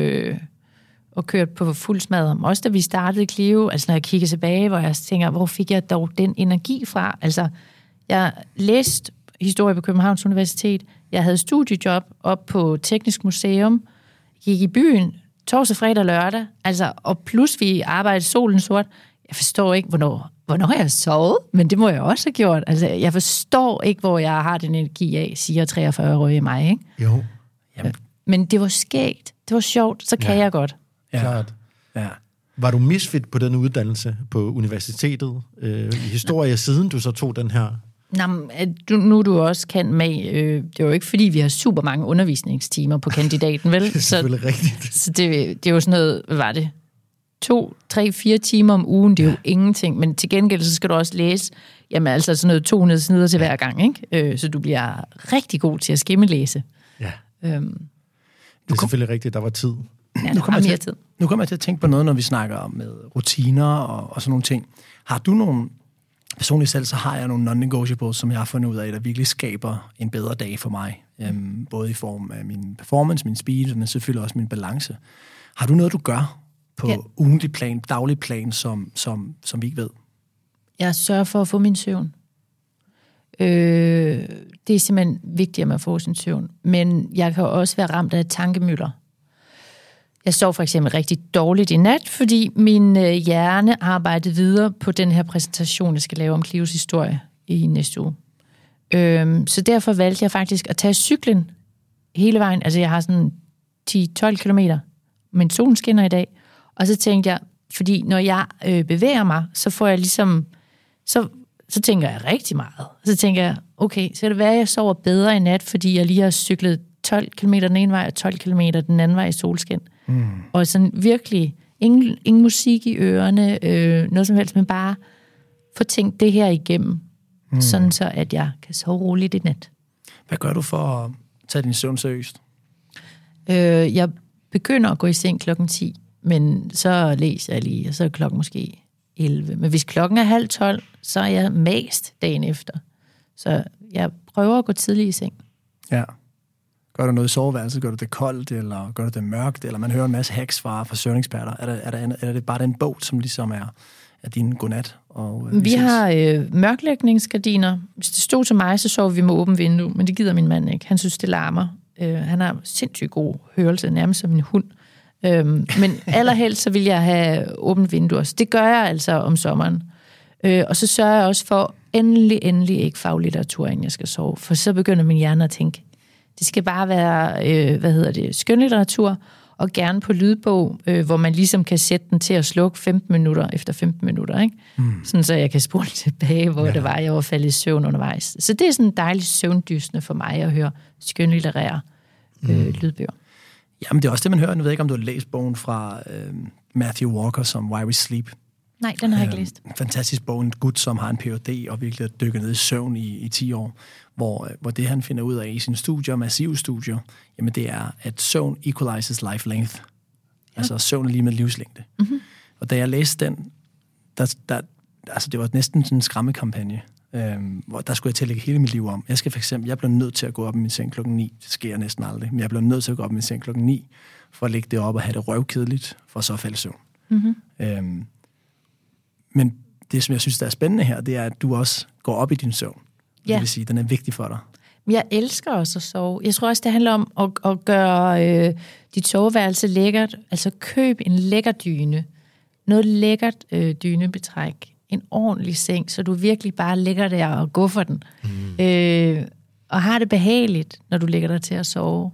og kørt på fuld smadret. Også da vi startede Clio, altså når jeg kigger tilbage, hvor jeg tænker, hvor fik jeg dog den energi fra? Altså, jeg læste historie på Københavns Universitet. Jeg havde studiejob op på Teknisk Museum. Gik i byen torsdag, fredag og lørdag. Altså, og plus vi arbejdede solen sort. Jeg forstår ikke, hvornår jeg har sovet, men det må jeg også have gjort. Altså, jeg forstår ikke, hvor jeg har den energi af, siger 43-årige mig, ikke? Jo. Jamen. Men det var skægt. Det var sjovt. Så kan jeg godt. Ja. Klart. Ja. Var du misfit på den uddannelse på universitetet i historie, siden du så tog den her? Nu du også kan med. Det er jo ikke, fordi vi har super mange undervisningstimer på kandidaten, vel? Det er selvfølgelig rigtigt. Så det er jo sådan noget, hvad var det? 2, 3, 4 timer om ugen, det er jo ingenting. Men til gengæld, så skal du også læse, jamen altså sådan noget 200 sider til hver gang, ikke? Så du bliver rigtig god til at skimmelæse. Ja. Det er selvfølgelig rigtigt, der var tid. Ja, der var mere tid. Nu kommer jeg til at tænke på noget, når vi snakker om med rutiner og sådan nogle ting. Har du nogle... Personligt selv, så har jeg nogle non-negotiables, som jeg har fundet ud af, der virkelig skaber en bedre dag for mig. Både i form af min performance, min speed, men selvfølgelig også min balance. Har du noget, du gør på ugentlig plan, daglig plan, som vi ikke ved? Jeg sørger for at få min søvn. Det er simpelthen vigtigt, at man får sin søvn. Men jeg kan også være ramt af tankemøller. Jeg sov for eksempel rigtig dårligt i nat, fordi min hjerne arbejdede videre på den her præsentation, jeg skal lave om Clios historie i næste uge. Så derfor valgte jeg faktisk at tage cyklen hele vejen. Altså jeg har sådan 10-12 kilometer, men solen skinner i dag. Og så tænkte jeg, fordi når jeg bevæger mig, så får jeg ligesom, så tænker jeg rigtig meget. Så tænker jeg, okay, så kan det være, at jeg sover bedre i nat, fordi jeg lige har cyklet 12 km den ene vej og 12 km den anden vej i solskin. Og sådan virkelig ingen musik i ørerne, noget som helst, men bare få tænkt det her igennem, sådan så at jeg kan sove roligt i nat. Hvad gør du for at tage din søvn seriøst? Jeg begynder at gå i seng 10:00, men så læser jeg lige, og så er klokken måske 11. Men hvis klokken er 11:30, så er jeg mast dagen efter. Så jeg prøver at gå tidligt i seng. Ja. Gør du noget i soveværelset? Gør du det koldt, eller gør du det mørkt? Eller man hører en masse hacks fra søvneksperter. Er det bare den bog, som ligesom er din godnat? Vi har mørklægningsgardiner. Hvis det stod til mig, så sover vi med åbent vindue, men det gider min mand ikke. Han synes, det larmer. Han har sindssygt god hørelse, nærmest som en hund. Men allerhelst så vil jeg have åbent vindue. Så det gør jeg altså om sommeren. Og så sørger jeg også for endelig ikke faglitteratur, inden jeg skal sove. For så begynder min hjerne at tænke, det skal bare være, skønlitteratur, og gerne på lydbog, hvor man ligesom kan sætte den til at slukke 15 minutter efter 15 minutter, ikke? Sådan så jeg kan spole tilbage, hvor det var, jeg var faldet i søvn undervejs. Så det er sådan dejligt søvndysende for mig at høre skønlitterære lydbøger. Jamen det er også det, man hører. Jeg ved ikke, om du har læst bogen fra Matthew Walker, som Why We Sleep. Nej, den har jeg ikke læst. En fantastisk bog, en gut, som har en Ph.D. og virkelig har dykket ned i søvn i 10 år, hvor det, han finder ud af i sine studier, massive studier, jamen det er, at søvn equalizes life length. Ja. Altså søvn er lige med livslængde. Mm-hmm. Og da jeg læste den, altså det var næsten sådan en skræmmekampagne, hvor der skulle jeg tillægge hele mit liv om. Jeg blev nødt til at gå op i min seng 9:00. Det sker næsten aldrig, men jeg blev nødt til at gå op i min seng 9:00, for at lægge det op og have det røvkedeligt, for så at falde i søvn. Mm-hmm. Men det, som jeg synes, der er spændende her, det er, at du også går op i din søvn. Ja. Det vil sige, den er vigtig for dig. Jeg elsker også at sove. Jeg tror også, det handler om at gøre dit soveværelse lækkert. Altså køb en lækker dyne. Noget lækkert dynebetræk. En ordentlig seng, så du virkelig bare ligger der og går for den. Og har det behageligt, når du ligger der til at sove.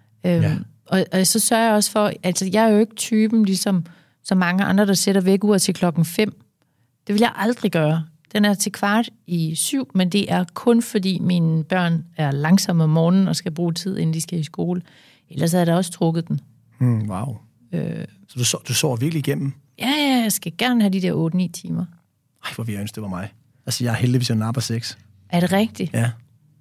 Og så sørger jeg også for, altså jeg er jo ikke typen, ligesom så mange andre, der sætter vækkeuret til 5:00. Det vil jeg aldrig gøre. Den er til 6:15, men det er kun fordi mine børn er langsomme om morgenen og skal bruge tid, inden de skal i skole. Ellers havde jeg da også trukket den. Wow. Så du sover virkelig igennem? Ja, jeg skal gerne have de der 8-9 timer. Ej, hvor vil jeg ønske, det var mig. Altså, jeg er heldig, hvis jeg napper 6. Er det rigtigt? Ja.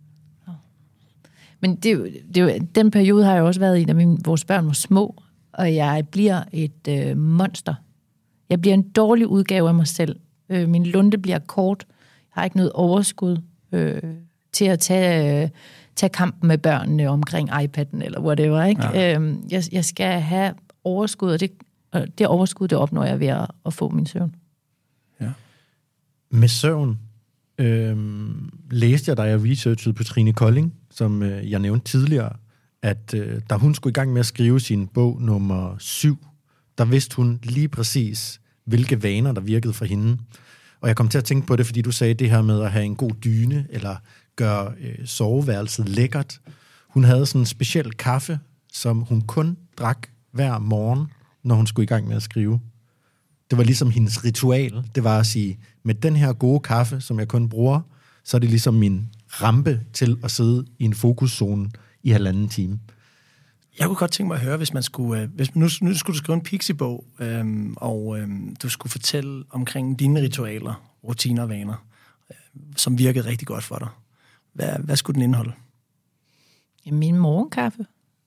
Men den periode har jeg også været i, da vores børn var små, og jeg bliver et monster. Jeg bliver en dårlig udgave af mig selv. Min lunte bliver kort. Jeg har ikke noget overskud til at tage kampen med børnene omkring iPad'en eller whatever, ikke? Ja. Jeg skal have overskud, og det overskud, det opnår jeg ved at få min søvn. Ja. Med søvn læste jeg, da jeg researchede på Trine Kolding, som jeg nævnte tidligere, at da hun skulle i gang med at skrive sin bog nummer 7, der vidste hun lige præcis, hvilke vaner, der virkede for hende. Og jeg kom til at tænke på det, fordi du sagde det her med at have en god dyne, eller gøre soveværelset lækkert. Hun havde sådan en speciel kaffe, som hun kun drak hver morgen, når hun skulle i gang med at skrive. Det var ligesom hendes ritual. Det var at sige, med den her gode kaffe, som jeg kun bruger, så er det ligesom min rampe til at sidde i en fokuszone i 1,5 time. Jeg kunne godt tænke mig at høre, hvis man skulle... Nu skulle du skrive en Pixie-bog, og du skulle fortælle omkring dine ritualer, rutiner og vaner, som virkede rigtig godt for dig. Hvad skulle den indeholde? Min morgenkaffe.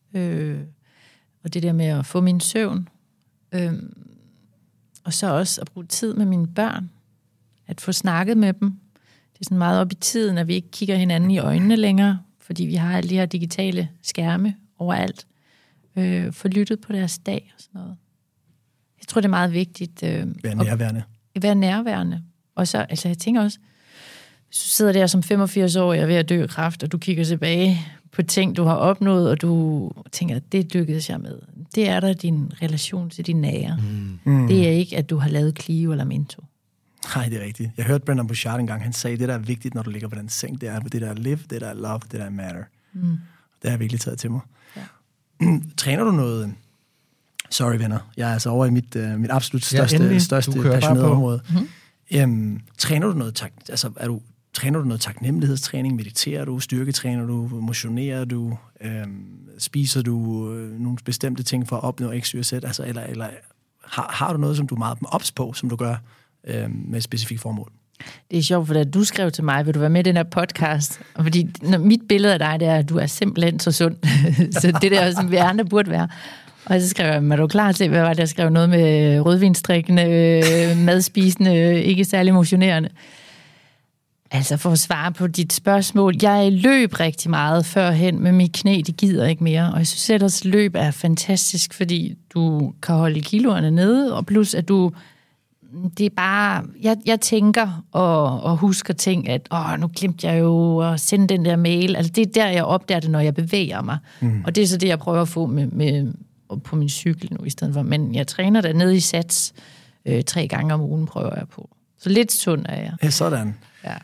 Og det der med at få min søvn. Og så også at bruge tid med mine børn. At få snakket med dem. Det er sådan meget op i tiden, at vi ikke kigger hinanden i øjnene længere, fordi vi har alle de her digitale skærme overalt. Få lyttet på deres dag og sådan noget. Jeg tror, det er meget vigtigt. Være nærværende. Være nærværende. Og så, altså jeg tænker også, hvis du sidder der som 85-årig og ved at dø af kræft, og du kigger tilbage på ting, du har opnået, og du tænker, det lykkedes jeg med. det er der din relation til din nære. Det er ikke, at du har lavet Clio eller Minto. Nej, det er rigtigt. Jeg hørte Brendan Bouchard engang, han sagde, det der er vigtigt, når du ligger på den seng, det er det der live, det der love, det der matter. Det har jeg virkelig taget til mig. Ja. Træner du noget... Sorry, venner. Jeg er altså over i mit absolut største passionerede område. Træner du noget træner du noget taknemmelighedstræning? Mediterer du? Styrketræner du? Motionerer du? Spiser du nogle bestemte ting for at opnå X, Y, Z? Altså, eller har du noget, som du er meget ops på, som du gør med et specifikt formål? Det er sjovt, for da du skrev til mig, vil du være med i den her podcast? Og fordi mit billede af dig, det er, at du er simpelthen så sund. Så det der, som vi andre burde være. Og så skrev jeg, er du klar til, hvad var det, jeg skrev noget med rødvinstrikkende, madspisende, ikke særlig motionerende. Altså for at svare på dit spørgsmål, jeg løb rigtig meget førhen, men mit knæ, de gider ikke mere. Og jeg synes ellers, løb er fantastisk, fordi du kan holde kiloerne nede, og plus at du, det er bare, jeg tænker og husker ting, at nu glemte jeg jo at sende den der mail. Altså det er der, jeg opdager det, når jeg bevæger mig. Og det er så det, jeg prøver at få med på min cykel nu i stedet for. Men jeg træner der nede i Sats 3 gange om ugen, prøver jeg på. Så lidt sund er jeg. Ja, sådan. Ja.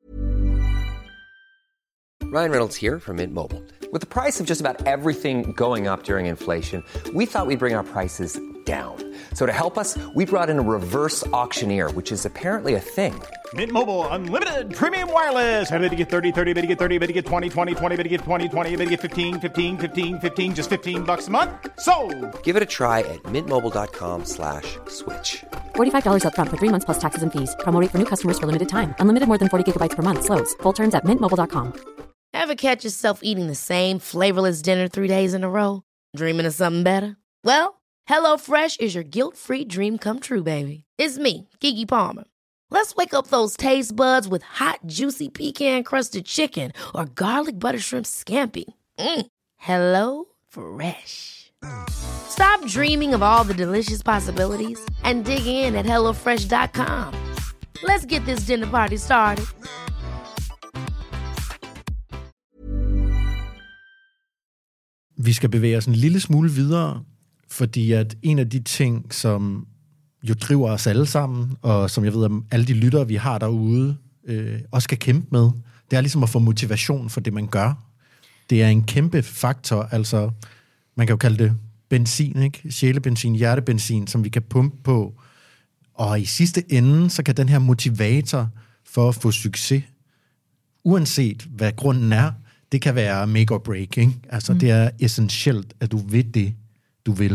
Ryan Reynolds here from Mint Mobile. With the price of just about everything going up during inflation, we thought we'd bring our prices down. So to help us, we brought in a reverse auctioneer, which is apparently a thing. Mint Mobile Unlimited Premium Wireless. How to get 30, 30, bit to get 30, bit to get 20, 20, 20, bit to get 20, 20, bit to get 15, 15, 15, 15, just $15 a month? Sold! Give it a try at mintmobile.com/switch. $45 up front for 3 months plus taxes and fees. Promo rate for new customers for limited time. Unlimited more than 40 gigabytes per month. Slows full terms at mintmobile.com. Ever catch yourself eating the same flavorless dinner 3 days in a row? Dreaming of something better? Well, HelloFresh is your guilt-free dream come true, baby. It's me, Keke Palmer. Let's wake up those taste buds with hot, juicy pecan-crusted chicken or garlic butter shrimp scampi. HelloFresh. Stop dreaming of all the delicious possibilities and dig in at HelloFresh.com. Let's get this dinner party started. Vi skal bevæge os en lille smule videre, fordi at en af de ting, som jo driver os alle sammen, og som jeg ved, at alle de lyttere, vi har derude, også skal kæmpe med, det er ligesom at få motivation for det, man gør. Det er en kæmpe faktor, altså man kan jo kalde det benzin, ikke? Sjælebenzin, hjertebenzin, som vi kan pumpe på. Og i sidste ende, så kan den her motivator for at få succes, uanset hvad grunden er, det kan være make or break, ikke? Altså det er essentielt, at du ved det, du vil.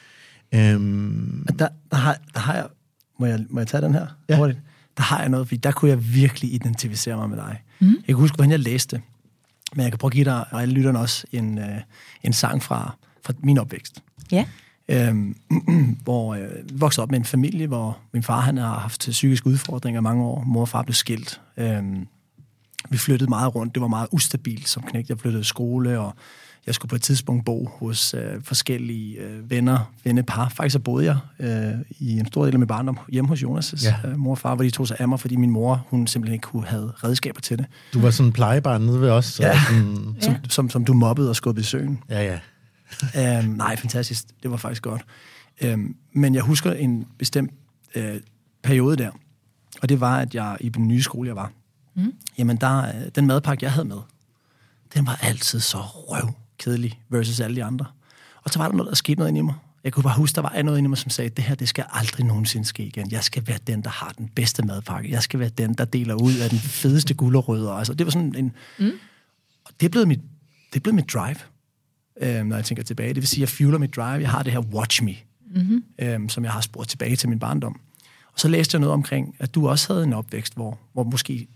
Der har jeg... Må jeg tage den her? Ja. Der har jeg noget, fordi der kunne jeg virkelig identificere mig med dig. Jeg kan huske, hvordan jeg læste, men jeg kan prøve at give dig og alle lytterne også en sang fra min opvækst. Ja. Hvor jeg voksede op med en familie, hvor min far han har haft psykiske udfordringer i mange år. Mor og far blev skilt. Vi flyttede meget rundt. Det var meget ustabilt som knægt. Jeg flyttede skole, og jeg skulle på et tidspunkt bo hos forskellige vennepar. Faktisk så boede jeg i en stor del af min barndom hjemme hos Jonas' mor og far, hvor de tog sig af mig, fordi min mor, hun simpelthen ikke havde redskaber til det. Du var sådan en plejebarn nede ved os. Ja, som du mobbede og skubbede i søen. Ja. Nej, fantastisk. Det var faktisk godt. Men jeg husker en bestemt periode der, og det var, at jeg i den nye skole, jeg var, jamen den madpakke, jeg havde med, den var altid så røvkedelig versus alle de andre. Og så var der noget, der skete noget inde i mig. Jeg kunne bare huske, der var noget inde i mig, som sagde, det her, det skal aldrig nogensinde ske igen. Jeg skal være den, der har den bedste madpakke. Jeg skal være den, der deler ud af den fedeste gulerødder. Altså, det var sådan en... Og det er blevet mit drive, når jeg tænker tilbage. Det vil sige, at jeg fueler mit drive. Jeg har det her watch me, som jeg har spurgt tilbage til min barndom. Og så læste jeg noget omkring, at du også havde en opvækst, hvor måske...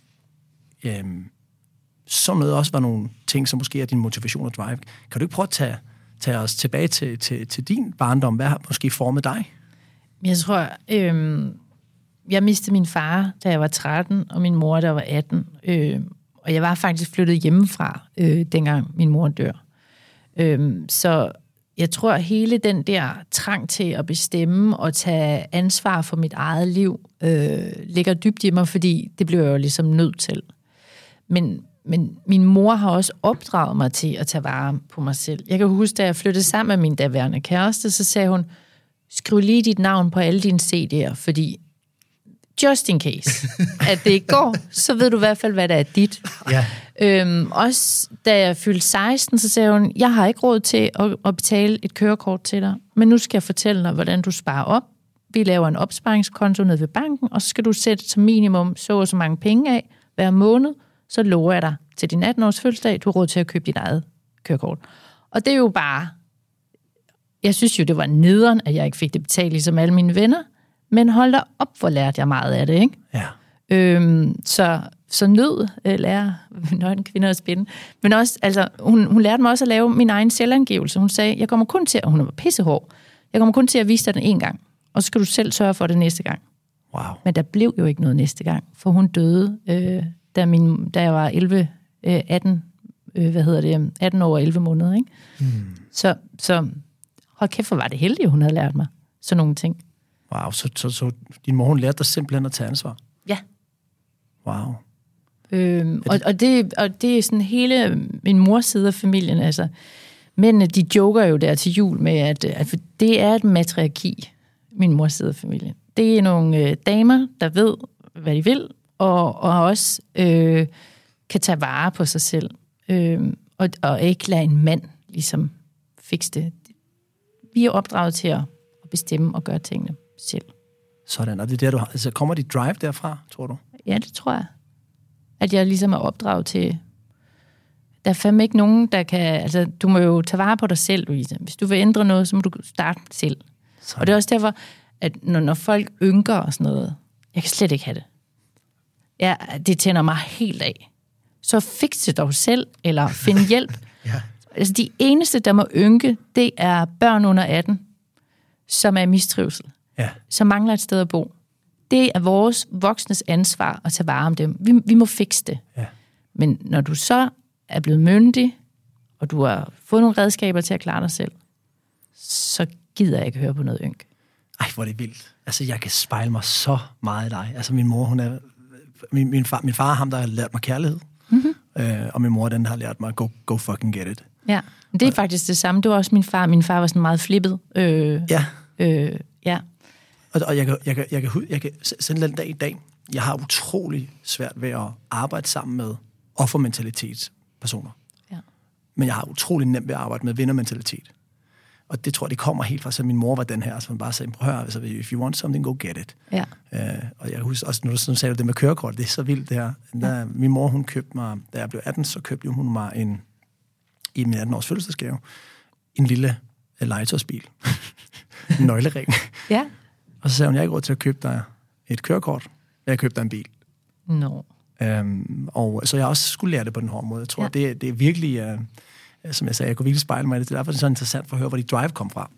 så noget også var nogle ting, som måske er din motivation og drive. Kan du ikke prøve at tage os tilbage til din barndom? Hvad har måske formet dig? Jeg tror, jeg mistede min far, da jeg var 13, og min mor, da jeg var 18. Og jeg var faktisk flyttet hjemmefra, dengang min mor dør. Så jeg tror, at hele den der trang til at bestemme og tage ansvar for mit eget liv, ligger dybt i mig, fordi det blev jeg jo ligesom nødt til. Men Men min mor har også opdraget mig til at tage vare på mig selv. Jeg kan huske, da jeg flyttede sammen med min daværende kæreste, så sagde hun, skriv lige dit navn på alle dine CD'er, fordi just in case, at det ikke går, så ved du i hvert fald, hvad der er dit. Ja. Også da jeg fyldte 16, så sagde hun, jeg har ikke råd til at betale et kørekort til dig, men nu skal jeg fortælle dig, hvordan du sparer op. Vi laver en opsparingskonto nede ved banken, og så skal du sætte som minimum så mange penge af hver måned, så lover jeg dig til din 18-års fødselsdag, du har råd til at købe dit eget kørekort. Og det er jo bare, jeg synes jo, det var nederen, at jeg ikke fik det betalt ligesom alle mine venner, men hold da op, hvor lærte jeg meget af det, ikke? Ja. Så nød lærer nøgne kvinder at spinde. Men også, altså, hun lærte mig også at lave min egen selvangivelse. Hun sagde, jeg kommer kun til, og hun var pissehård, jeg kommer kun til at vise dig den en gang, og så skal du selv sørge for det næste gang. Wow. Men der blev jo ikke noget næste gang, for hun døde, da jeg var 18 år og 11 måneder, ikke? Så hold kæft, hvor var det heldigt, hun havde lært mig sådan nogle ting. Wow, så din mor, hun lærte dig simpelthen at tage ansvar? Ja. Wow. Og det er sådan hele min mors side af familien, altså. Mændene, de joker jo der til jul med, at det er et matriarki, min mors side af familien. Det er nogle damer, der ved, hvad de vil, og også kan tage vare på sig selv, og ikke lade en mand ligesom fikse det. Vi er opdraget til at bestemme og gøre tingene selv. Sådan, og det er der, du har. Altså, kommer dit drive derfra, tror du? Ja, det tror jeg. At jeg ligesom er opdraget til. Der er fandme ikke nogen, der kan. Altså, du må jo tage vare på dig selv, Louise. Hvis du vil ændre noget, så må du starte selv. Sådan. Og det er også derfor, at når folk ynker og sådan noget, jeg kan slet ikke have det. Ja, det tænder mig helt af. Så fix det dog selv, eller find hjælp. Ja. Altså, de eneste, der må ynke, det er børn under 18, som er i mistrivsel. Ja. Som mangler et sted at bo. Det er vores voksnes ansvar at tage vare om dem. Vi må fikse det. Ja. Men når du så er blevet myndig, og du har fået nogle redskaber til at klare dig selv, så gider jeg ikke høre på noget ynk. Ej, hvor er det vildt. Altså, jeg kan spejle mig så meget i dig. Altså, min mor, hun er... Min far er ham, der har lært mig kærlighed. Mm-hmm. Og min mor, den har lært mig, go fucking get it. Ja, det er faktisk det samme. Det var også min far. Min far var sådan meget flippet. Ja. Ja. Og jeg kan selv den dag i dag, jeg har utrolig svært ved at arbejde sammen med offermentalitetspersoner. Ja. Men jeg har utrolig nemt ved at arbejde med vindermentalitet. Og det tror jeg, det kommer helt fra, så min mor var den her, som bare sagde, prøv at høre, altså, if you want something, go get it. Ja. Og jeg husker også, når du sagde det med kørekort, det er så vildt det her. Ja. Min mor, hun købte mig, da jeg blev 18, så købte hun mig i min 18-års fødselsdagsgave, en lille legetøjsbil. En nøglering. Ja. Og så sagde hun, jeg har ikke råd til at købe dig et kørekort. Jeg har købt dig en bil. No. Og så jeg også skulle lære det på den hårde måde. Jeg tror, det er virkelig... som jeg sagde, jeg kunne virkelig spejle mig i det. Det er derfor, det er så interessant for at høre, hvor dit drive kom fra.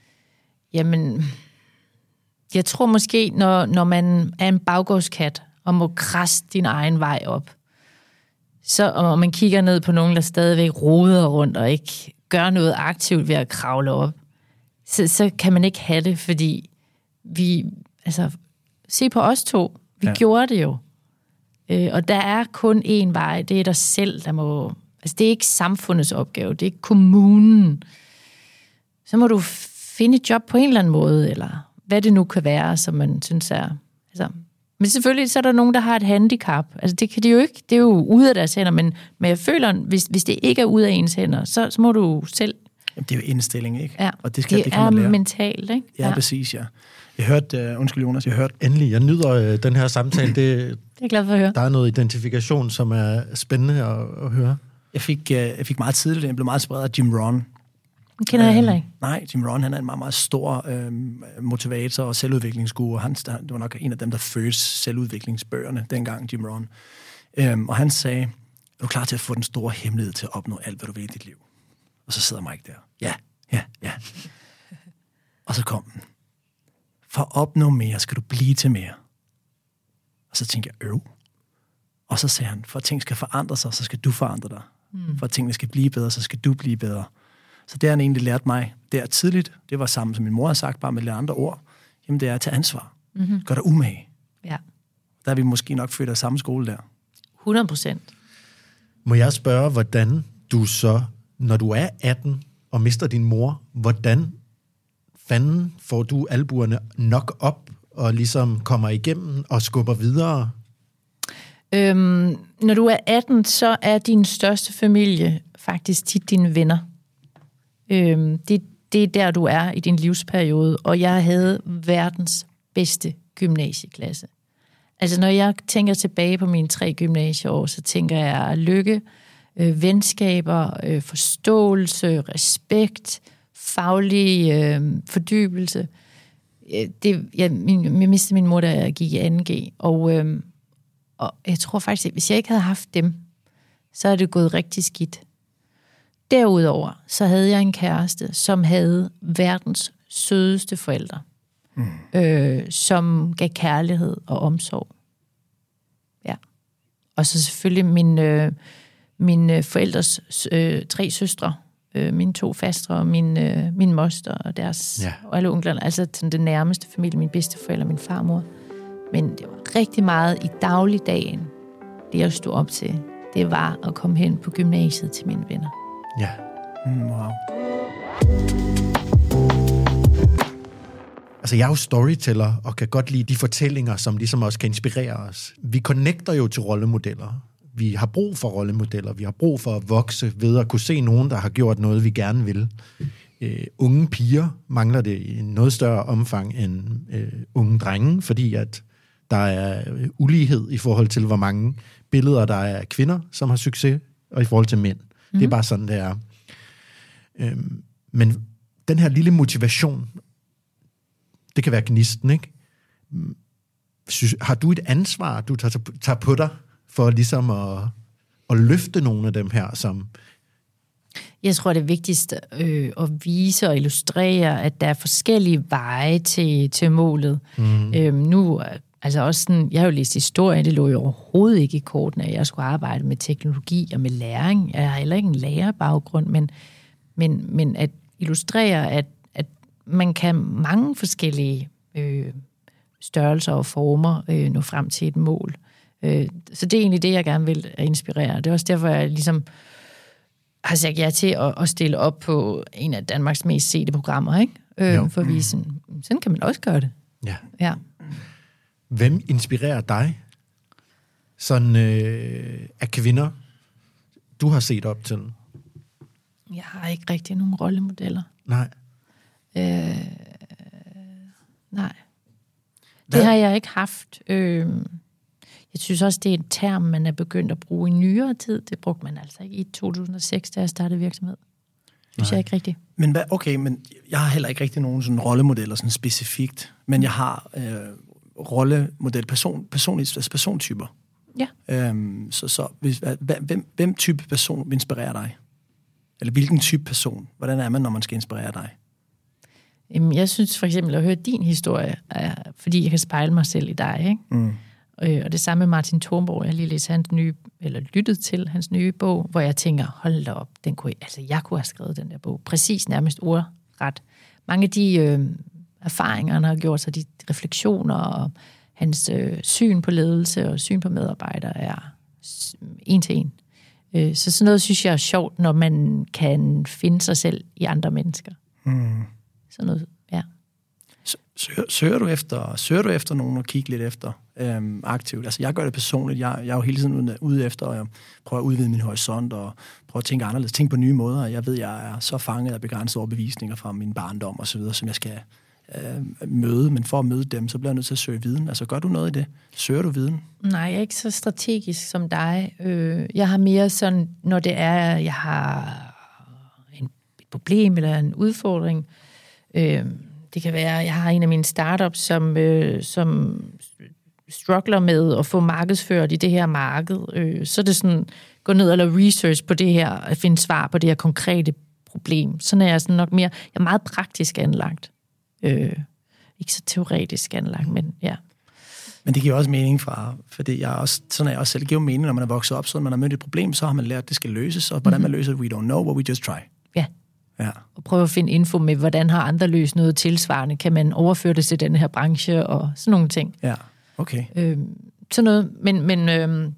Jamen, jeg tror måske, når man er en baggårdskat og må krasse din egen vej op, så og man kigger ned på nogen, der stadigvæk roder rundt og ikke gør noget aktivt ved at kravle op, så kan man ikke have det, fordi se på os to, vi gjorde det jo. Og der er kun én vej, det er dig selv, der må... Altså, det er ikke samfundets opgave, det er ikke kommunen. Så må du finde et job på en eller anden måde, eller hvad det nu kan være, som man synes er... Altså, men selvfølgelig så er der nogen, der har et handicap. Altså, det kan de jo ikke. Det er jo ude af deres hænder, men jeg føler, hvis det ikke er ude af ens hænder, så må du selv... Jamen, det er jo indstilling, ikke? Ja, og det kan man lære. Mentalt, ikke? Ja, præcis, ja. Jeg hørte... undskyld, Jonas, jeg hørte... Endelig, jeg nyder den her samtale. Det er jeg glad for at høre. Der er noget identifikation, som er spændende at høre. Jeg fik meget tidligt, jeg blev meget inspireret af Jim Rohn. Den kender jeg heller ikke. Nej, Jim Rohn, han er en meget, meget stor motivator og selvudviklingsguru. Det var nok en af dem, der fødte selvudviklingsbøgerne dengang, Jim Rohn. Og han sagde, er du klar til at få den store hemmelighed til at opnå alt, hvad du vil i dit liv? Og så sidder Mike der. Ja. Og så kom den. For at opnå mere, skal du blive til mere. Og så tænkte jeg, Og så sagde han, for at ting skal forandre sig, så skal du forandre dig. For at tingene skal blive bedre, så skal du blive bedre. Så det har han egentlig lært mig der tidligt. Det var samme, som min mor har sagt, bare med lidt andre ord. Jamen, det er at tage ansvar. Mm-hmm. Gør dig umage. Ja. Der er vi måske nok født af samme skole der. 100%. Må jeg spørge, hvordan du så, når du er 18 og mister din mor, hvordan fanden får du albuerne nok op og ligesom kommer igennem og skubber videre? Når du er 18, så er din største familie faktisk tit dine venner. Det er der, du er i din livsperiode, og jeg havde verdens bedste gymnasieklasse. Altså, når jeg tænker tilbage på mine 3 gymnasieår, så tænker jeg lykke, venskaber, forståelse, respekt, faglig fordybelse. Jeg mistede min mor, da jeg gik i 2G, og jeg tror faktisk, at hvis jeg ikke havde haft dem, så er det gået rigtig skidt. Derudover, så havde jeg en kæreste, som havde verdens sødeste forældre, som gav kærlighed og omsorg. Ja. Og så selvfølgelig mine forældres 3 søstre, mine 2 fastre og min moster og deres og alle onklerne, altså sådan den nærmeste familie, min bedsteforældre, min farmor. Men det var rigtig meget i dagligdagen, det jeg stod op til, det var at komme hen på gymnasiet til mine venner. Ja. Wow. Altså, jeg er jo storyteller og kan godt lide de fortællinger, som ligesom også kan inspirere os. Vi connecter jo til rollemodeller. Vi har brug for rollemodeller. Vi har brug for at vokse ved at kunne se nogen, der har gjort noget, vi gerne vil. Unge piger mangler det i noget større omfang end unge drenge, fordi at der er ulighed i forhold til, hvor mange billeder der er af kvinder, som har succes, og i forhold til mænd. Det er bare sådan, det er. Men den her lille motivation, det kan være gnisten, ikke? Har du et ansvar, du tager på dig, for ligesom at løfte nogle af dem her, som... Jeg tror, det er vigtigst at vise og illustrere, at der er forskellige veje til målet. Nu, altså også sådan, jeg har jo læst historie, det lå jo overhovedet ikke i kortene, at jeg skulle arbejde med teknologi og med læring. Jeg har heller ikke en lærerbaggrund, men at illustrere, at man kan mange forskellige størrelser og former nå frem til et mål. Så det er egentlig det, jeg gerne vil inspirere. Det er også derfor, jeg ligesom har sagt ja til at stille op på en af Danmarks mest sete programmer, ikke? For at vise, sådan kan man også gøre det. Ja. Hvem inspirerer dig sådan af kvinder, du har set op til? Jeg har ikke rigtig nogen rollemodeller. Nej. Nej. Det har jeg ikke haft. Jeg synes også, det er en term, man er begyndt at bruge i nyere tid. Det brugte man altså ikke i 2006, da jeg startede virksomhed. Det synes jeg ikke rigtigt. Men men jeg har heller ikke rigtig nogen sådan rollemodeller sådan specifikt, men jeg har rollemodel persontyper. Ja. Hvem type person inspirerer dig? Eller hvilken type person? Hvordan er man, når man skal inspirere dig? Jeg synes for eksempel at høre din historie, fordi jeg kan spejle mig selv i dig, ikke? Og det samme med Martin Thornborg. Jeg har lige læst lyttet til hans nye bog, hvor jeg tænker, hold da op, jeg kunne have skrevet den der bog. Præcis nærmest ordret. Mange af de erfaringer, han har gjort sig, de refleksioner og hans syn på ledelse og syn på medarbejdere er en til en. Så sådan noget synes jeg er sjovt, når man kan finde sig selv i andre mennesker. Sådan noget, ja. Søger du efter nogen og kigge lidt efter aktivt? Altså, jeg gør det personligt. Jeg er jo hele tiden ude efter, og jeg prøver at udvide min horisont og prøver at tænke anderledes. Tænke på nye måder. Jeg ved, jeg er så fanget af begrænsede overbevisninger fra min barndom og så videre, som jeg skal møde. Men for at møde dem, så bliver jeg nødt til at søge viden. Altså, gør du noget i det? Søger du viden? Nej, jeg er ikke så strategisk som dig. Jeg har mere sådan, når det er, jeg har et problem eller en udfordring. Det kan være, jeg har en af mine startups, som struggler med at få markedsført i det her marked. Så er det sådan, gå ned og lave research på det her, at finde svar på det her konkrete problem. Sådan er jeg sådan nok mere, jeg er meget praktisk anlagt. Ikke så teoretisk anlagt, men ja. Men det giver også mening fordi jeg også, sådan er jeg også selv, det giver mening, når man er vokset op, så man har mødt et problem, så har man lært, at det skal løses, og hvordan man løser det, we don't know, but we just try. Ja. Og prøve at finde info med, hvordan har andre løst noget tilsvarende, kan man overføre det til den her branche, og sådan nogle ting. Ja, okay. Sådan noget,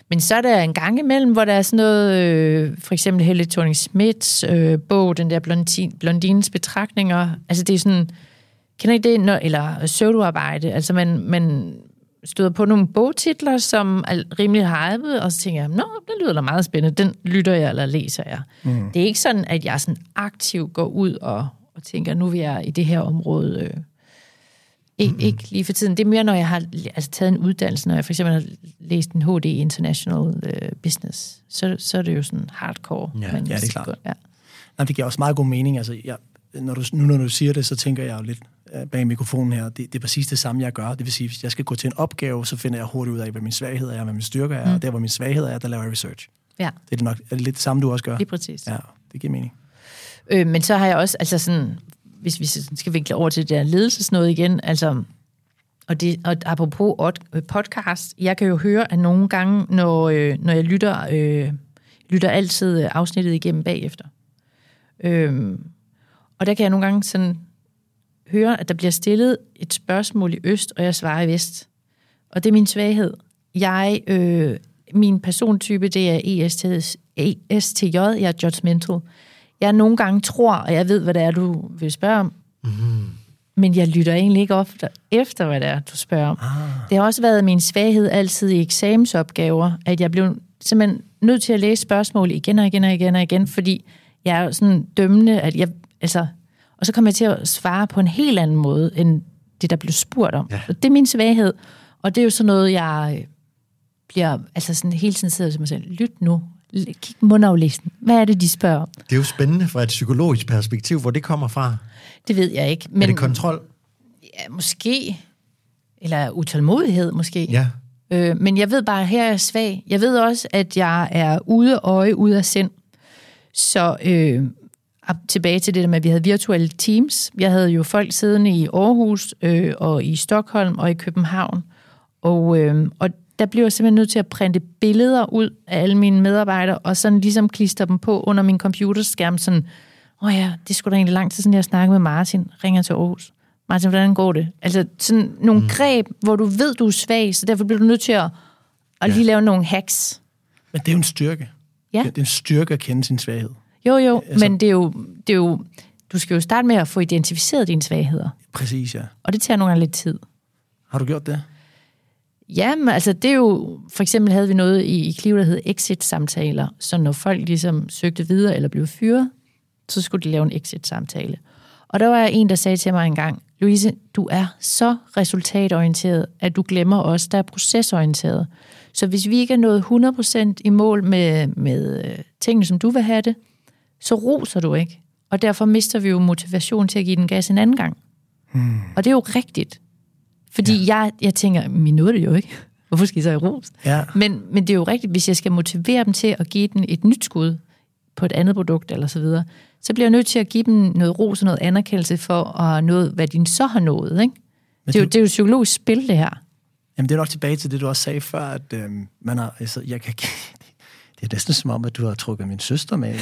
Men så er der en gang imellem, hvor der er sådan noget, for eksempel Helle Thorning-Schmidts bog, den der Blondines betragtninger. Altså det er sådan, kender I det? Eller pseudoarbejde. Altså man støder på nogle bogtitler, som er rimelig hypede, og så tænker jeg, det lyder da meget spændende, den lytter jeg eller læser jeg. Det er ikke sådan, at jeg sådan aktivt går ud og tænker, nu vil jeg i det her område... Ikke lige for tiden. Det er mere, når jeg har taget en uddannelse, når jeg for eksempel har læst en HD International Business. Så er det jo sådan hardcore. Ja, det er klart. Ja. Nej, det giver også meget god mening. Altså, når du siger det, så tænker jeg jo lidt bag mikrofonen her. Det er præcis det samme, jeg gør. Det vil sige, hvis jeg skal gå til en opgave, så finder jeg hurtigt ud af, hvad min svaghed er, hvad min styrke er, og der, hvor min svaghed er, der laver jeg research. Ja. Det er nok lidt det samme, du også gør. Lige præcis. Ja, det giver mening. Men så har jeg også, altså sådan... Hvis vi skal vinkle over til det der ledelsesnød igen, altså, og apropos podcast, jeg kan jo høre, at nogle gange, når jeg lytter altid afsnittet igennem bagefter. Og der kan jeg nogle gange sådan høre, at der bliver stillet et spørgsmål i øst, og jeg svarer i vest. Og det er min svaghed. Min persontype, det er ESTJ, jeg er judgmental. Jeg nogle gange tror, og jeg ved, hvad det er, du vil spørge om. Men jeg lytter egentlig ikke ofte efter, hvad det er, du spørger om. Det har også været min svaghed altid i eksamensopgaver, at jeg blev simpelthen nødt til at læse spørgsmål igen og igen og igen og igen, fordi jeg er sådan dømmende, at og så kommer jeg til at svare på en helt anden måde, end det, der blev spurgt om. Ja. Det er min svaghed, og det er jo sådan noget, jeg bliver sådan hele tiden sidder til mig selv. Lyt nu. Kig mundaflæsen. Hvad er det, de spørger om? Det er jo spændende fra et psykologisk perspektiv, hvor det kommer fra. Det ved jeg ikke. Men, er det kontrol? Ja, måske. Eller utålmodighed, måske. Ja. Men jeg ved bare, at her er jeg svag. Jeg ved også, at jeg er ude af øje, ude af sind. Så tilbage til det der med, at vi havde virtuelle teams. Jeg havde jo folk siddende i Aarhus, og i Stockholm, og i København. Og der blev jeg simpelthen nødt til at printe billeder ud af alle mine medarbejdere, og sådan ligesom klister dem på under min computerskærm, sådan, det skulle da egentlig lang tid siden, jeg snakkede med Martin, ringer til Aarhus. Martin, hvordan går det? Altså sådan nogle greb, hvor du ved, du er svag, så derfor bliver du nødt til at lige lave nogle hacks. Men det er jo en styrke. Ja. Det er en styrke at kende sin svaghed. Jo, men det er jo, du skal jo starte med at få identificeret dine svagheder. Præcis, ja. Og det tager nogle gange lidt tid. Har du gjort det? Ja, men altså det er jo, for eksempel havde vi noget i Clio, der hed exit-samtaler, så når folk ligesom søgte videre eller blev fyret, så skulle de lave en exit-samtale. Og der var en, der sagde til mig engang, Louise, du er så resultatorienteret, at du glemmer os, der er procesorienteret. Så hvis vi ikke er nået 100% i mål med tingene, som du vil have det, så roser du ikke. Og derfor mister vi jo motivation til at give den gas en anden gang. Og det er jo rigtigt. Fordi jeg tænker, min nåede det jo ikke. Hvorfor skal I så have rost? Ja. Men det er jo rigtigt, hvis jeg skal motivere dem til at give den et nyt skud på et andet produkt eller så videre, så bliver jeg nødt til at give dem noget ros og noget anerkendelse for at noget, hvad de så har nået. Ikke? Det er jo psykologisk spil, det her. Jamen, det er nok tilbage til det, du også sagde før, at man har... Altså, det er næsten som om, at du har trukket min søster med.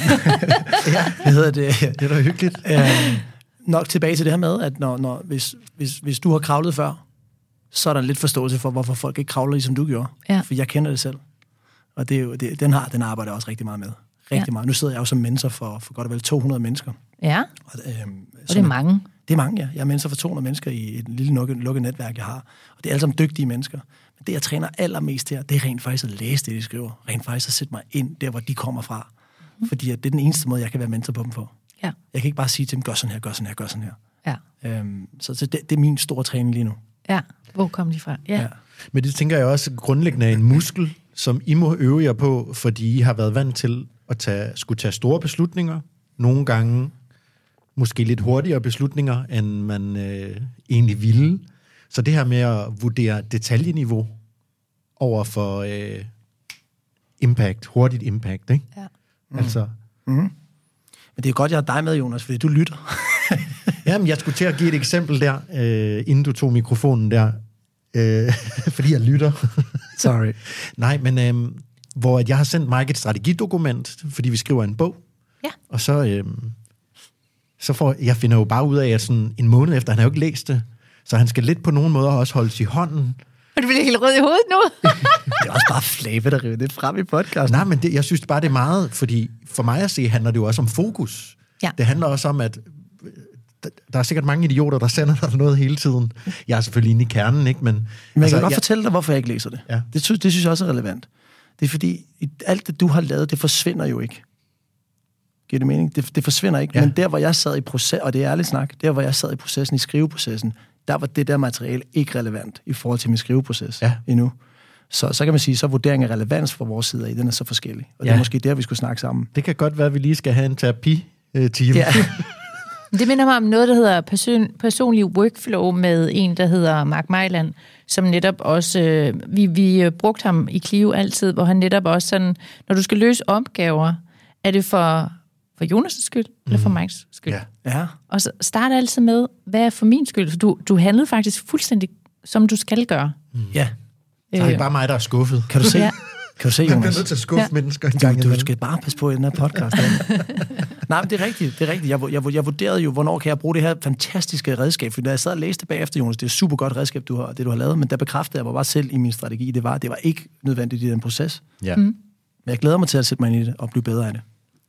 Det er da hyggeligt. Nok tilbage til det her med, at hvis du har kravlet før, så er der lidt forståelse for, hvorfor folk ikke kravler, ligesom du gjorde. Ja. For jeg kender det selv. Og det er jo, den arbejder jeg også rigtig meget med. Meget. Nu sidder jeg jo som mentor for godt og vel 200 mennesker. Ja, og det er mange. Det er mange, ja. Jeg er mentor for 200 mennesker i et lille lukket netværk, jeg har. Og det er alle sammen dygtige mennesker. Men det, jeg træner allermest her, det er rent faktisk at læse det, de skriver. Rent faktisk at sætte mig ind der, hvor de kommer fra. Fordi det er den eneste måde, jeg kan være mentor på dem på. Ja. Jeg kan ikke bare sige til dem, gør sådan her, gør sådan her, gør sådan her. Ja. Så det er min store træning lige nu. Ja, hvor kom de fra? Ja. Men det tænker jeg også grundlæggende er en muskel, som I må øve jer på, fordi I har været vant til at skulle tage store beslutninger. Nogle gange måske lidt hurtigere beslutninger, end man egentlig ville. Så det her med at vurdere detaljeniveau over for hurtigt impact, ikke? Ja. Altså. Men det er godt, jeg har dig med, Jonas, fordi du lytter. Jamen, jeg skulle til at give et eksempel der, inden du tog mikrofonen der, fordi jeg lytter. Sorry. Nej, men hvor jeg har sendt Mike et strategidokument, fordi vi skriver en bog. Ja. Og jeg finder jo bare ud af, at sådan en måned efter, han har jo ikke læst det, så han skal lidt på nogen måder også holdes i hånden, Og du bliver helt rød i hovedet nu. Det er også bare Flave, der river det frem i podcasten. Nej, men jeg synes bare, det er meget, fordi for mig at se, handler det jo også om fokus. Ja. Det handler også om, at der er sikkert mange idioter, der sender dig noget hele tiden. Jeg er selvfølgelig inde i kernen, ikke? Men jeg kan godt fortælle dig, hvorfor jeg ikke læser det. Ja. Det synes jeg også er relevant. Det er fordi, alt det, du har lavet, det forsvinder jo ikke. Giver det mening? Det forsvinder ikke. Ja. Men der, hvor jeg sad i proces, og det er ærligt snak, der, hvor jeg sad i processen, i skriveprocessen, der var det der materiale ikke relevant i forhold til min skriveproces endnu. Så kan man sige, så vurdering af relevans fra vores side af, den er så forskellig. Og det er måske der, vi skulle snakke sammen. Det kan godt være, at vi lige skal have en terapi-team. Ja. Det minder mig om noget, der hedder personlig workflow med en, der hedder Mark Mejland, som netop også, vi brugte ham i Clio altid, hvor han netop også sådan, når du skal løse opgaver, er det for Jonas' skyld, eller for Mikes skyld? Ja. Og så start altid med, hvad er for min skyld? Så du handlede faktisk fuldstændig, som du skal gøre. Ja. Så er det bare mig, der er skuffet. Kan du se? Kan du se, Jonas? Man bliver nødt til at skuffe mennesker en gang. Du skal bare passe på i den her podcast. Nej, men det er rigtigt. Jeg vurderede jo, hvornår kan jeg bruge det her fantastiske redskab. For da jeg sad og læste bagefter, Jonas, det er et super godt redskab, du har lavet, men der bekræftede jeg mig bare selv i min strategi. Det var ikke nødvendigt i den proces. Ja. Men jeg glæder mig til at sætte mig ind i det og blive bedre af det.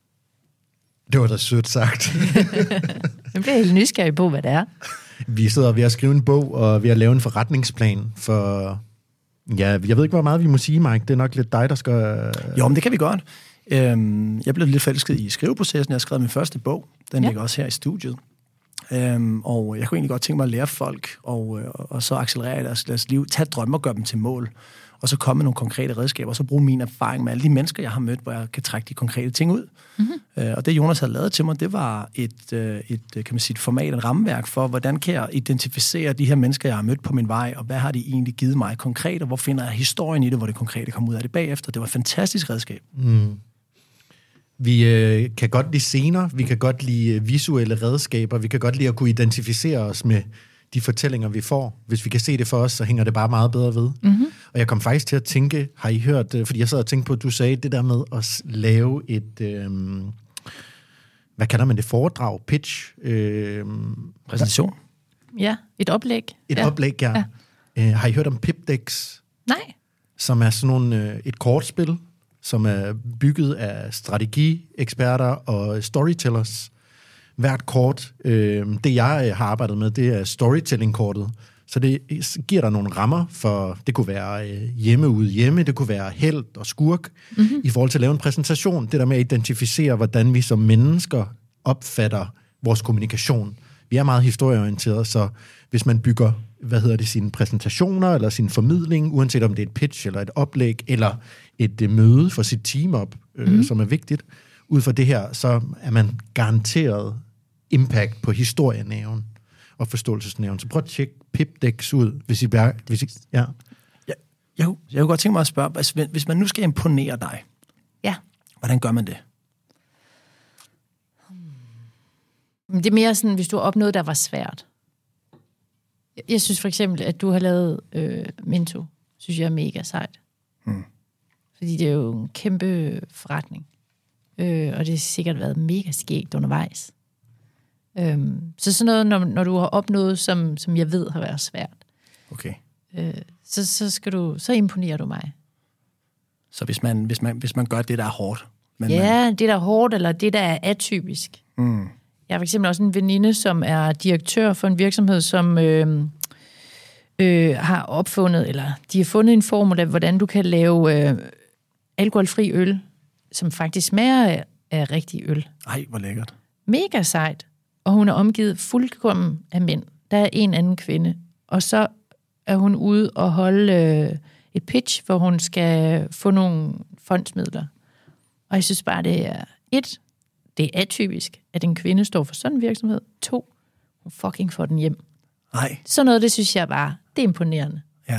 Det var da sødt sagt. Jeg bliver helt nysgerrig på, hvad det er. Vi sidder ved at skrive en bog, og ved at lave en forretningsplan for... Ja, jeg ved ikke, hvor meget vi må sige, Mike. Det er nok lidt dig, der skal... Jo, men det kan vi godt. Jeg blev lidt forelsket i skriveprocessen. Jeg har skrevet min første bog. Den ligger også her i studiet. Og jeg kunne egentlig godt tænke mig at lære folk, og så accelerere deres liv. Tag drømme og gøre dem til mål. Og så komme med nogle konkrete redskaber, og så bruge min erfaring med alle de mennesker, jeg har mødt, hvor jeg kan trække de konkrete ting ud. Mm-hmm. Og det, Jonas havde lavet til mig, det var et format, et rammeværk for, hvordan kan jeg identificere de her mennesker, jeg har mødt på min vej, og hvad har de egentlig givet mig konkret, og hvor finder jeg historien i det, hvor det konkrete kommer ud af det bagefter. Det var et fantastisk redskab. Vi kan godt lide scener, vi kan godt lide visuelle redskaber, vi kan godt lide at kunne identificere os med de fortællinger, vi får. Hvis vi kan se det for os, så hænger det bare meget bedre ved. Mm-hmm. Og jeg kom faktisk til at tænke, har I hørt, fordi jeg sad og tænkte på, at du sagde det der med at lave et, hvad kalder man det, foredrag, pitch? Præsentation? Ja, et oplæg. Et oplæg, ja. Har I hørt om Pipdex? Nej. Som er sådan nogle, et kortspil, som er bygget af strategieksperter og storytellers. Hvert kort, det jeg har arbejdet med, det er storytelling-kortet. Så det giver dig nogle rammer for, det kunne være hjemme ude hjemme, det kunne være helt og skurk, i forhold til at lave en præsentation. Det der med at identificere, hvordan vi som mennesker opfatter vores kommunikation. Vi er meget historieorienterede, så hvis man bygger, sine præsentationer eller sin formidling, uanset om det er et pitch eller et oplæg, eller et møde for sit team op, som er vigtigt, ud fra det her, så er man garanteret impact på historienæven og forståelsesnæven. Så prøv at tjekke Pipdex ud, hvis I ja. Jeg kunne godt tænke mig at spørge, hvis man nu skal imponere dig, hvordan gør man det? Det er mere sådan, hvis du har opnået, der var svært. Jeg synes for eksempel, at du har lavet Minto, synes jeg er mega sejt. Fordi det er jo en kæmpe forretning. Og det har sikkert været mega skægt undervejs. Så sådan noget, når du har opnået, som jeg ved har været svært. Okay. Så imponerer du mig. Så hvis man gør det, der er hårdt. Det der er hårdt, eller det, der er atypisk. Jeg har for eksempel også en veninde, som er direktør for en virksomhed, som har opfundet, eller de har fundet en formel af, hvordan du kan lave alkoholfri øl, som faktisk smager af rigtig øl. Ej, hvor lækkert. Mega sejt. Og hun er omgivet fuldkommen af mænd. Der er en anden kvinde. Og så er hun ude og holde et pitch, hvor hun skal få nogle fondsmidler. Og jeg synes bare, det er det er atypisk, at en kvinde står for sådan en virksomhed. 2, hun fucking får den hjem. Nej. Sådan noget, det synes jeg bare, det er imponerende. Ja.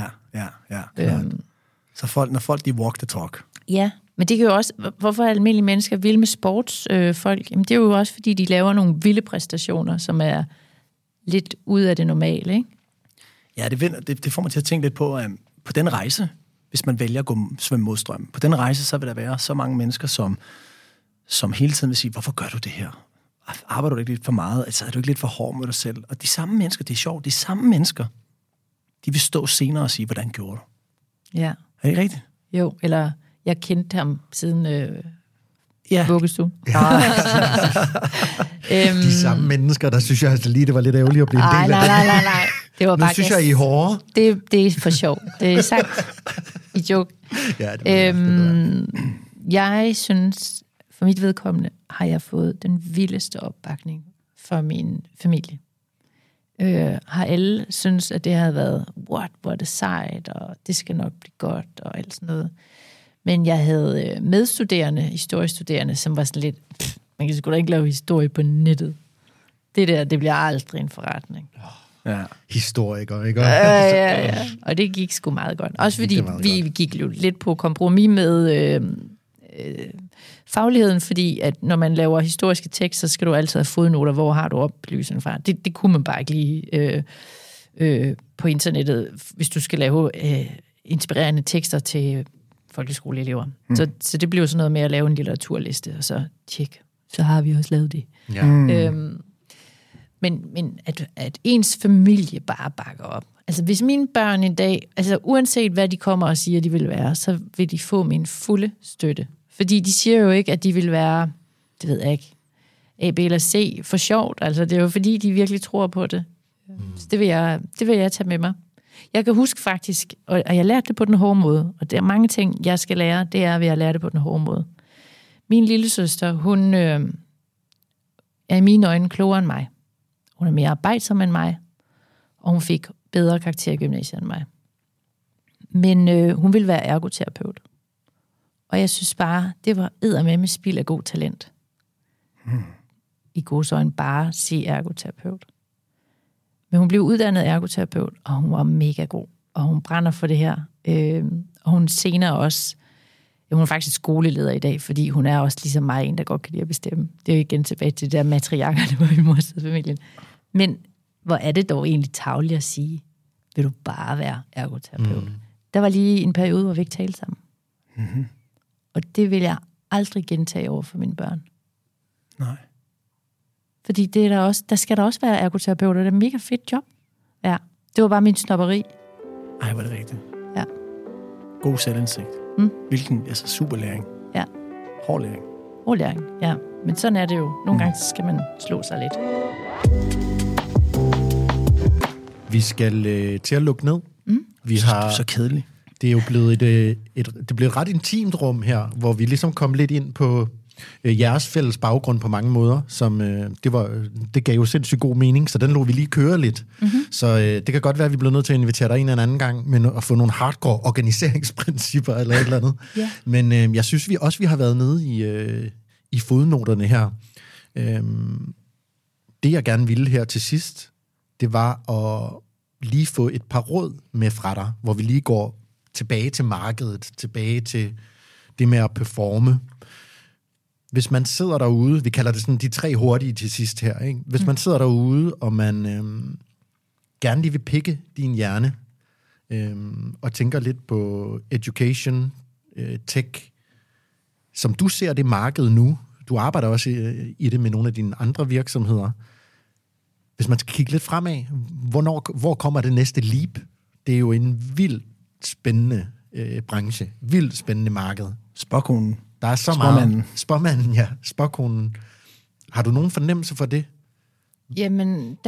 Så når folk, de walk the talk. Ja, men det kan jo også, hvorfor er almindelige mennesker vilde med sportsfolk? Jamen det er jo også, fordi de laver nogle vilde præstationer, som er lidt ude af det normale, ikke? Ja, det får mig til at tænke lidt på den rejse, hvis man vælger at svømme mod strømmen. På den rejse, så vil der være så mange mennesker, som hele tiden vil sige, hvorfor gør du det her? Arbejder du ikke lidt for meget? Altså, er du ikke lidt for hård med dig selv? Og de samme mennesker, det er sjovt, de samme mennesker, de vil stå senere og sige, hvordan gjorde du? Ja. Er det ikke rigtigt? Jo, eller jeg kendte ham siden vuggestue. De samme mennesker, der synes jeg altså lige, det var lidt ærgerligt at blive en del af det. Nej. Det var nu bare synes jeg, I er hårde. Det er for sjov. Det er sagt i joke. Ja, det jeg synes, for mit vedkommende, har jeg fået den vildeste opbakning fra min familie. Har alle synes, at det havde været, hvor er det sejt, og det skal nok blive godt, og alt sådan noget. Men jeg havde medstuderende, historiestuderende, som var sådan lidt, man kan sgu da ikke lave historie på nettet. Det bliver aldrig en forretning. Ja. Historiker, ikke? Ja. Og det gik sgu meget godt. Også fordi vi gik jo lidt på kompromis med fagligheden, fordi at når man laver historiske tekster, så skal du altid have fodnoter, hvor har du oplysningen fra. Det kunne man bare ikke lige på internettet, hvis du skal lave inspirerende tekster til folkeskoleelever. Så det blev sådan noget med at lave en litteraturliste, og så tjek, så har vi også lavet det. Ja. Men at ens familie bare bakker op. Altså hvis mine børn i dag, altså uanset hvad de kommer og siger, de vil være, så vil de få min fulde støtte. Fordi de siger jo ikke, at de vil være, det ved jeg ikke, A, B eller C for sjovt. Altså det er jo fordi, de virkelig tror på det. Så det vil jeg tage med mig. Jeg kan huske faktisk, og jeg lærte det på den hårde måde, og der er mange ting, jeg skal lære, det er ved at lære det på den hårde måde. Min lillesøster, hun er i mine øjne klogere end mig. Hun er mere arbejdsom end mig, og hun fik bedre karakterer i gymnasiet end mig. Men hun ville være ergoterapeut. Og jeg synes bare, det var eddermame spild af god talent. I gåseøjne bare sige ergoterapeut. Men hun blev uddannet ergoterapeut, og hun var mega god. Og hun brænder for det her. Og hun senere også, hun er faktisk skoleleder i dag, fordi hun er også ligesom mig en, der godt kan lide at bestemme. Det er jo igen tilbage til det der matriarkerne, hvor vi morstede familien. Men hvor er det dog egentlig tarveligt at sige, vil du bare være ergoterapeut? Der var lige en periode, hvor vi ikke talte sammen. Mm-hmm. Og det vil jeg aldrig gentage over for mine børn. Nej. Fordi det er der skal der også være ergoterapeuter. Det er et mega fedt job. Ja, det var bare min snobberi. Ej, var det rigtigt. Ja. God selvindsigt. Hvilken, super læring. Ja. Hård læring. Hård læring, ja. Men sådan er det jo. Nogle gange skal man slå sig lidt. Vi skal til at lukke ned. Vi har så kedeligt. Det er jo blevet det blev et ret intimt rum her, hvor vi ligesom kom lidt ind på jeres fælles baggrund på mange måder, som det gav jo sindssygt god mening, så den lå vi lige køre lidt. Mm-hmm. Så det kan godt være, at vi bliver nødt til at invitere dig en anden gang, men at få nogle hardcore organiseringsprincipper eller et eller andet. Yeah. Men jeg synes vi har været nede i fodnoterne her. Det jeg gerne ville her til sidst, det var at lige få et par råd med fra dig, hvor vi lige går tilbage til markedet, tilbage til det med at performe. Hvis man sidder derude, vi kalder det sådan de 3 hurtige til sidst her, ikke? Hvis man sidder derude, og man gerne lige vil pikke din hjerne, og tænker lidt på education, tech, som du ser det marked nu, du arbejder også i det med nogle af dine andre virksomheder. Hvis man skal kigge lidt fremad, hvor kommer det næste leap? Det er jo en vildt spændende branche, vildt spændende marked. Spåkonen. Der er så meget. Spåmanden, ja. Spåkonen. Har du nogen fornemmelse for det? Jamen,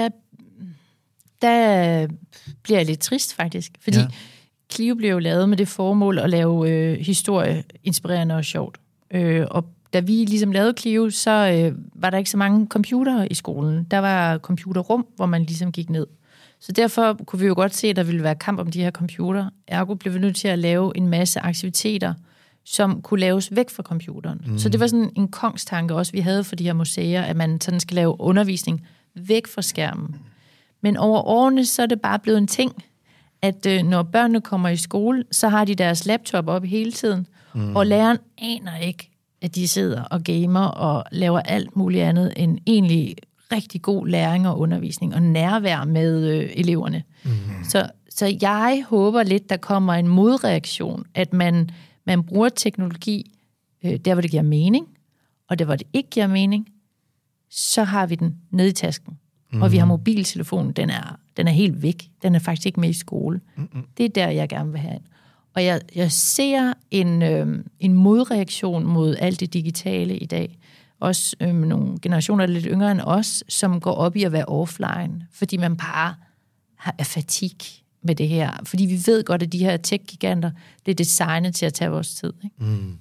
der bliver jeg lidt trist faktisk, fordi Clio blev jo lavet med det formål at lave historie inspirerende og sjovt. Og da vi ligesom lavede Clio, så var der ikke så mange computere i skolen. Der var computerrum, hvor man ligesom gik ned. Så derfor kunne vi jo godt se, at der ville være kamp om de her computer. Ergo blev vi nødt til at lave en masse aktiviteter, som kunne laves væk fra computeren. Så det var sådan en kongstanke også, vi havde for de her museer, at man sådan skal lave undervisning væk fra skærmen. Men over årene, så er det bare blevet en ting, at når børnene kommer i skole, så har de deres laptop op hele tiden, og læreren aner ikke, at de sidder og gamer og laver alt muligt andet end egentlig rigtig god læring og undervisning og nærvær med eleverne. Så jeg håber lidt, der kommer en modreaktion, at man bruger teknologi der, hvor det giver mening, og der, hvor det ikke giver mening, så har vi den nede i tasken. Og vi har mobiltelefonen, den er helt væk. Den er faktisk ikke med i skole. Det er der, jeg gerne vil have. Og jeg ser en modreaktion mod alt det digitale i dag. Også nogle generationer lidt yngre end os, som går op i at være offline, fordi man bare er fatigue med det her. Fordi vi ved godt, at de her tech-giganter, det er designet til at tage vores tid. Ikke?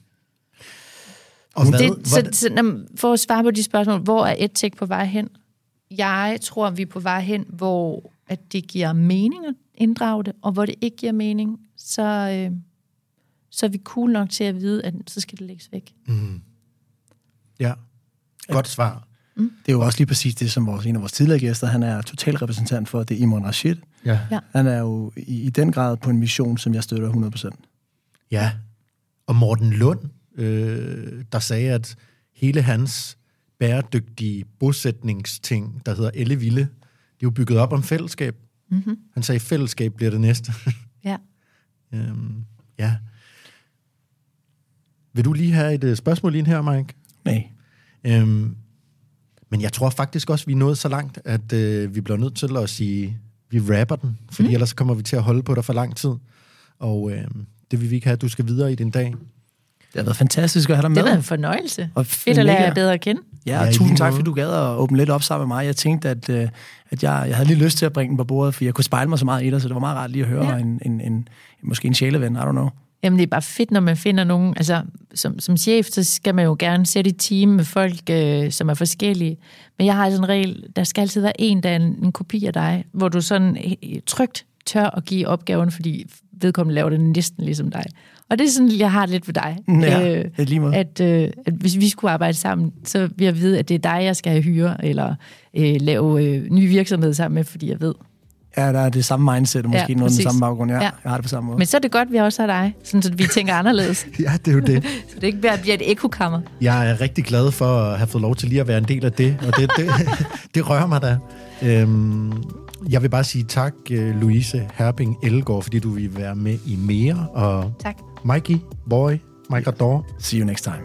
Og for at svare på de spørgsmål, hvor er EdTech på vej hen? Jeg tror, vi er på vej hen, hvor at det giver mening at inddrage det, og hvor det ikke giver mening, så er vi cool nok til at vide, at så skal det lægges væk. Ja, godt svar. Det er jo også lige præcis det, som en af vores tidligere gæster, han er totalrepræsentant for, det er Imran Rashid. Ja. Han er jo i den grad på en mission, som jeg støtter 100%. Ja, og Morten Lund, der sagde, at hele hans bæredygtige bosætningsting, der hedder Elleville, det er jo bygget op om fællesskab. Han sagde, fællesskab bliver det næste. Ja. Ja. Vil du lige have et spørgsmål ind her, Mike? Nej. Men jeg tror faktisk også, vi er nået så langt, at vi bliver nødt til at sige, vi rapper den, fordi ellers kommer vi til at holde på dig for lang tid. Og det vil vi ikke have, at du skal videre i din dag. Det har været fantastisk at have dig med. Det har været en fornøjelse. Og fedt at lære jer bedre at kende. Ja, og tusind tak, fordi du gad at åbne lidt op sammen med mig. Jeg tænkte, at jeg havde lige lyst til at bringe den på bordet, for jeg kunne spejle mig så meget i dig, så det var meget rart lige at høre måske en sjæleven, I don't know. Jamen, det er bare fedt, når man finder nogen, altså som chef, så skal man jo gerne sætte et team med folk, som er forskellige. Men jeg har sådan en regel, der skal altid være en, der er en kopi af dig, hvor du sådan trygt tør at give opgaven, fordi vedkommende laver det næsten ligesom dig. Og det er sådan, jeg har lidt ved dig. Ja, lige måde. At hvis vi skulle arbejde sammen, så vil jeg vide, at det er dig, jeg skal have hyre, eller lave ny virksomhed sammen med, fordi jeg ved. Ja, der er det samme mindset, og måske noget den samme baggrund. Ja, jeg har det på samme måde. Men så er det godt, at vi også har dig, sådan så vi tænker anderledes. Ja, det er jo det. Så det ikke bliver et ekokammer. Jeg er rigtig glad for at have fået lov til lige at være en del af det, og det rører mig da. Jeg vil bare sige tak, Louise Herping Ellegaard, fordi du vil være med i mere. Og tak. Mikey, Boy, Mike Rador. See you next time.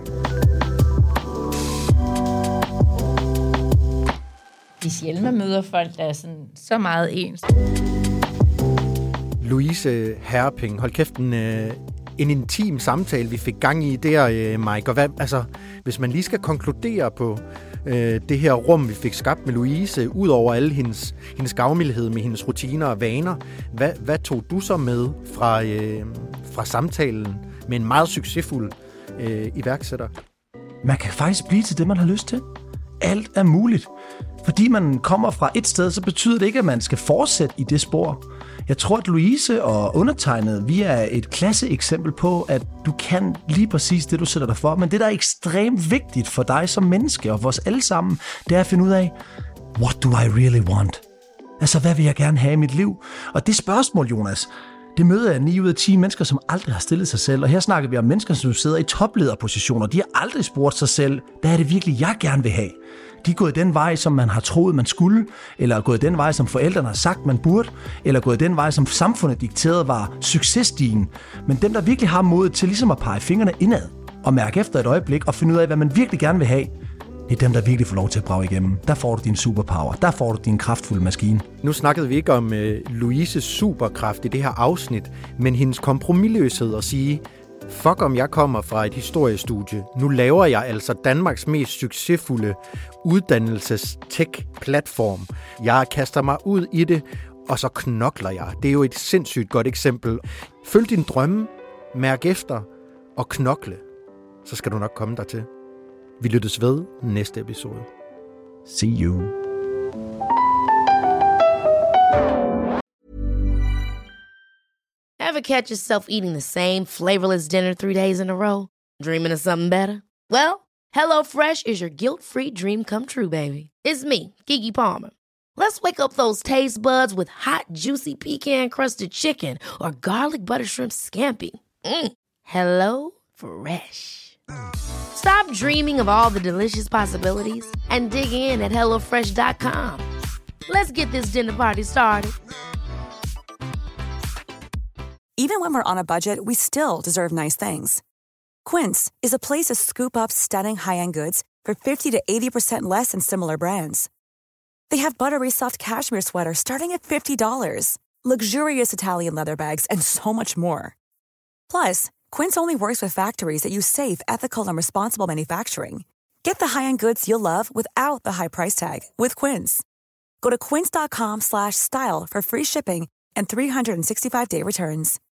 Det er sjældent, man møder folk, der er sådan så meget ens. Louise Herping, hold kæft, en intim samtale, vi fik gang i der, Mike. Og hvis man lige skal konkludere på det her rum, vi fik skabt med Louise, ud over alle hendes gavmildhed med hendes rutiner og vaner, hvad tog du så med fra samtalen med en meget succesfuld iværksætter? Man kan faktisk blive til det, man har lyst til. Alt er muligt. Fordi man kommer fra et sted, så betyder det ikke, at man skal fortsætte i det spor. Jeg tror, at Louise og undertegnet, vi er et klasseeksempel på, at du kan lige præcis det, du sætter dig for. Men det, der er ekstremt vigtigt for dig som menneske og for os alle sammen, det er at finde ud af, what do I really want? Altså, hvad vil jeg gerne have i mit liv? Og det spørgsmål, Jonas, det møder jeg 9 ud af 10 mennesker, som aldrig har stillet sig selv. Og her snakker vi om mennesker, som sidder i toplederpositioner. De har aldrig spurgt sig selv, hvad er det virkelig, jeg gerne vil have? De er gået den vej, som man har troet, man skulle, eller er gået den vej, som forældrene har sagt, man burde, eller er gået den vej, som samfundet dikterede var successtigen. Men dem, der virkelig har modet til ligesom at pege fingrene indad og mærke efter et øjeblik og finde ud af, hvad man virkelig gerne vil have, det er dem, der virkelig får lov til at brage igennem. Der får du din superpower. Der får du din kraftfulde maskine. Nu snakkede vi ikke om Louises superkraft i det her afsnit, men hendes kompromisløshed at sige, fuck om jeg kommer fra et historiestudie. Nu laver jeg altså Danmarks mest succesfulde uddannelses-tech-platform. Jeg kaster mig ud i det, og så knokler jeg. Det er jo et sindssygt godt eksempel. Følg din drømme, mærk efter og knokle. Så skal du nok komme dertil. Vi lyttes ved næste episode. See you. Ever catch yourself eating the same flavorless dinner 3 days in a row? Dreaming of something better? Well, HelloFresh is your guilt-free dream come true, baby. It's me, Keke Palmer. Let's wake up those taste buds with hot, juicy pecan-crusted chicken or garlic butter shrimp scampi. Hello Fresh. Stop dreaming of all the delicious possibilities and dig in at HelloFresh.com. Let's get this dinner party started. Even when we're on a budget, we still deserve nice things. Quince is a place to scoop up stunning high-end goods for 50 to 80% less than similar brands. They have buttery soft cashmere sweaters starting at $50, luxurious Italian leather bags, and so much more. Plus, Quince only works with factories that use safe, ethical, and responsible manufacturing. Get the high-end goods you'll love without the high price tag with Quince. Go to quince.com/style for free shipping and 365-day returns.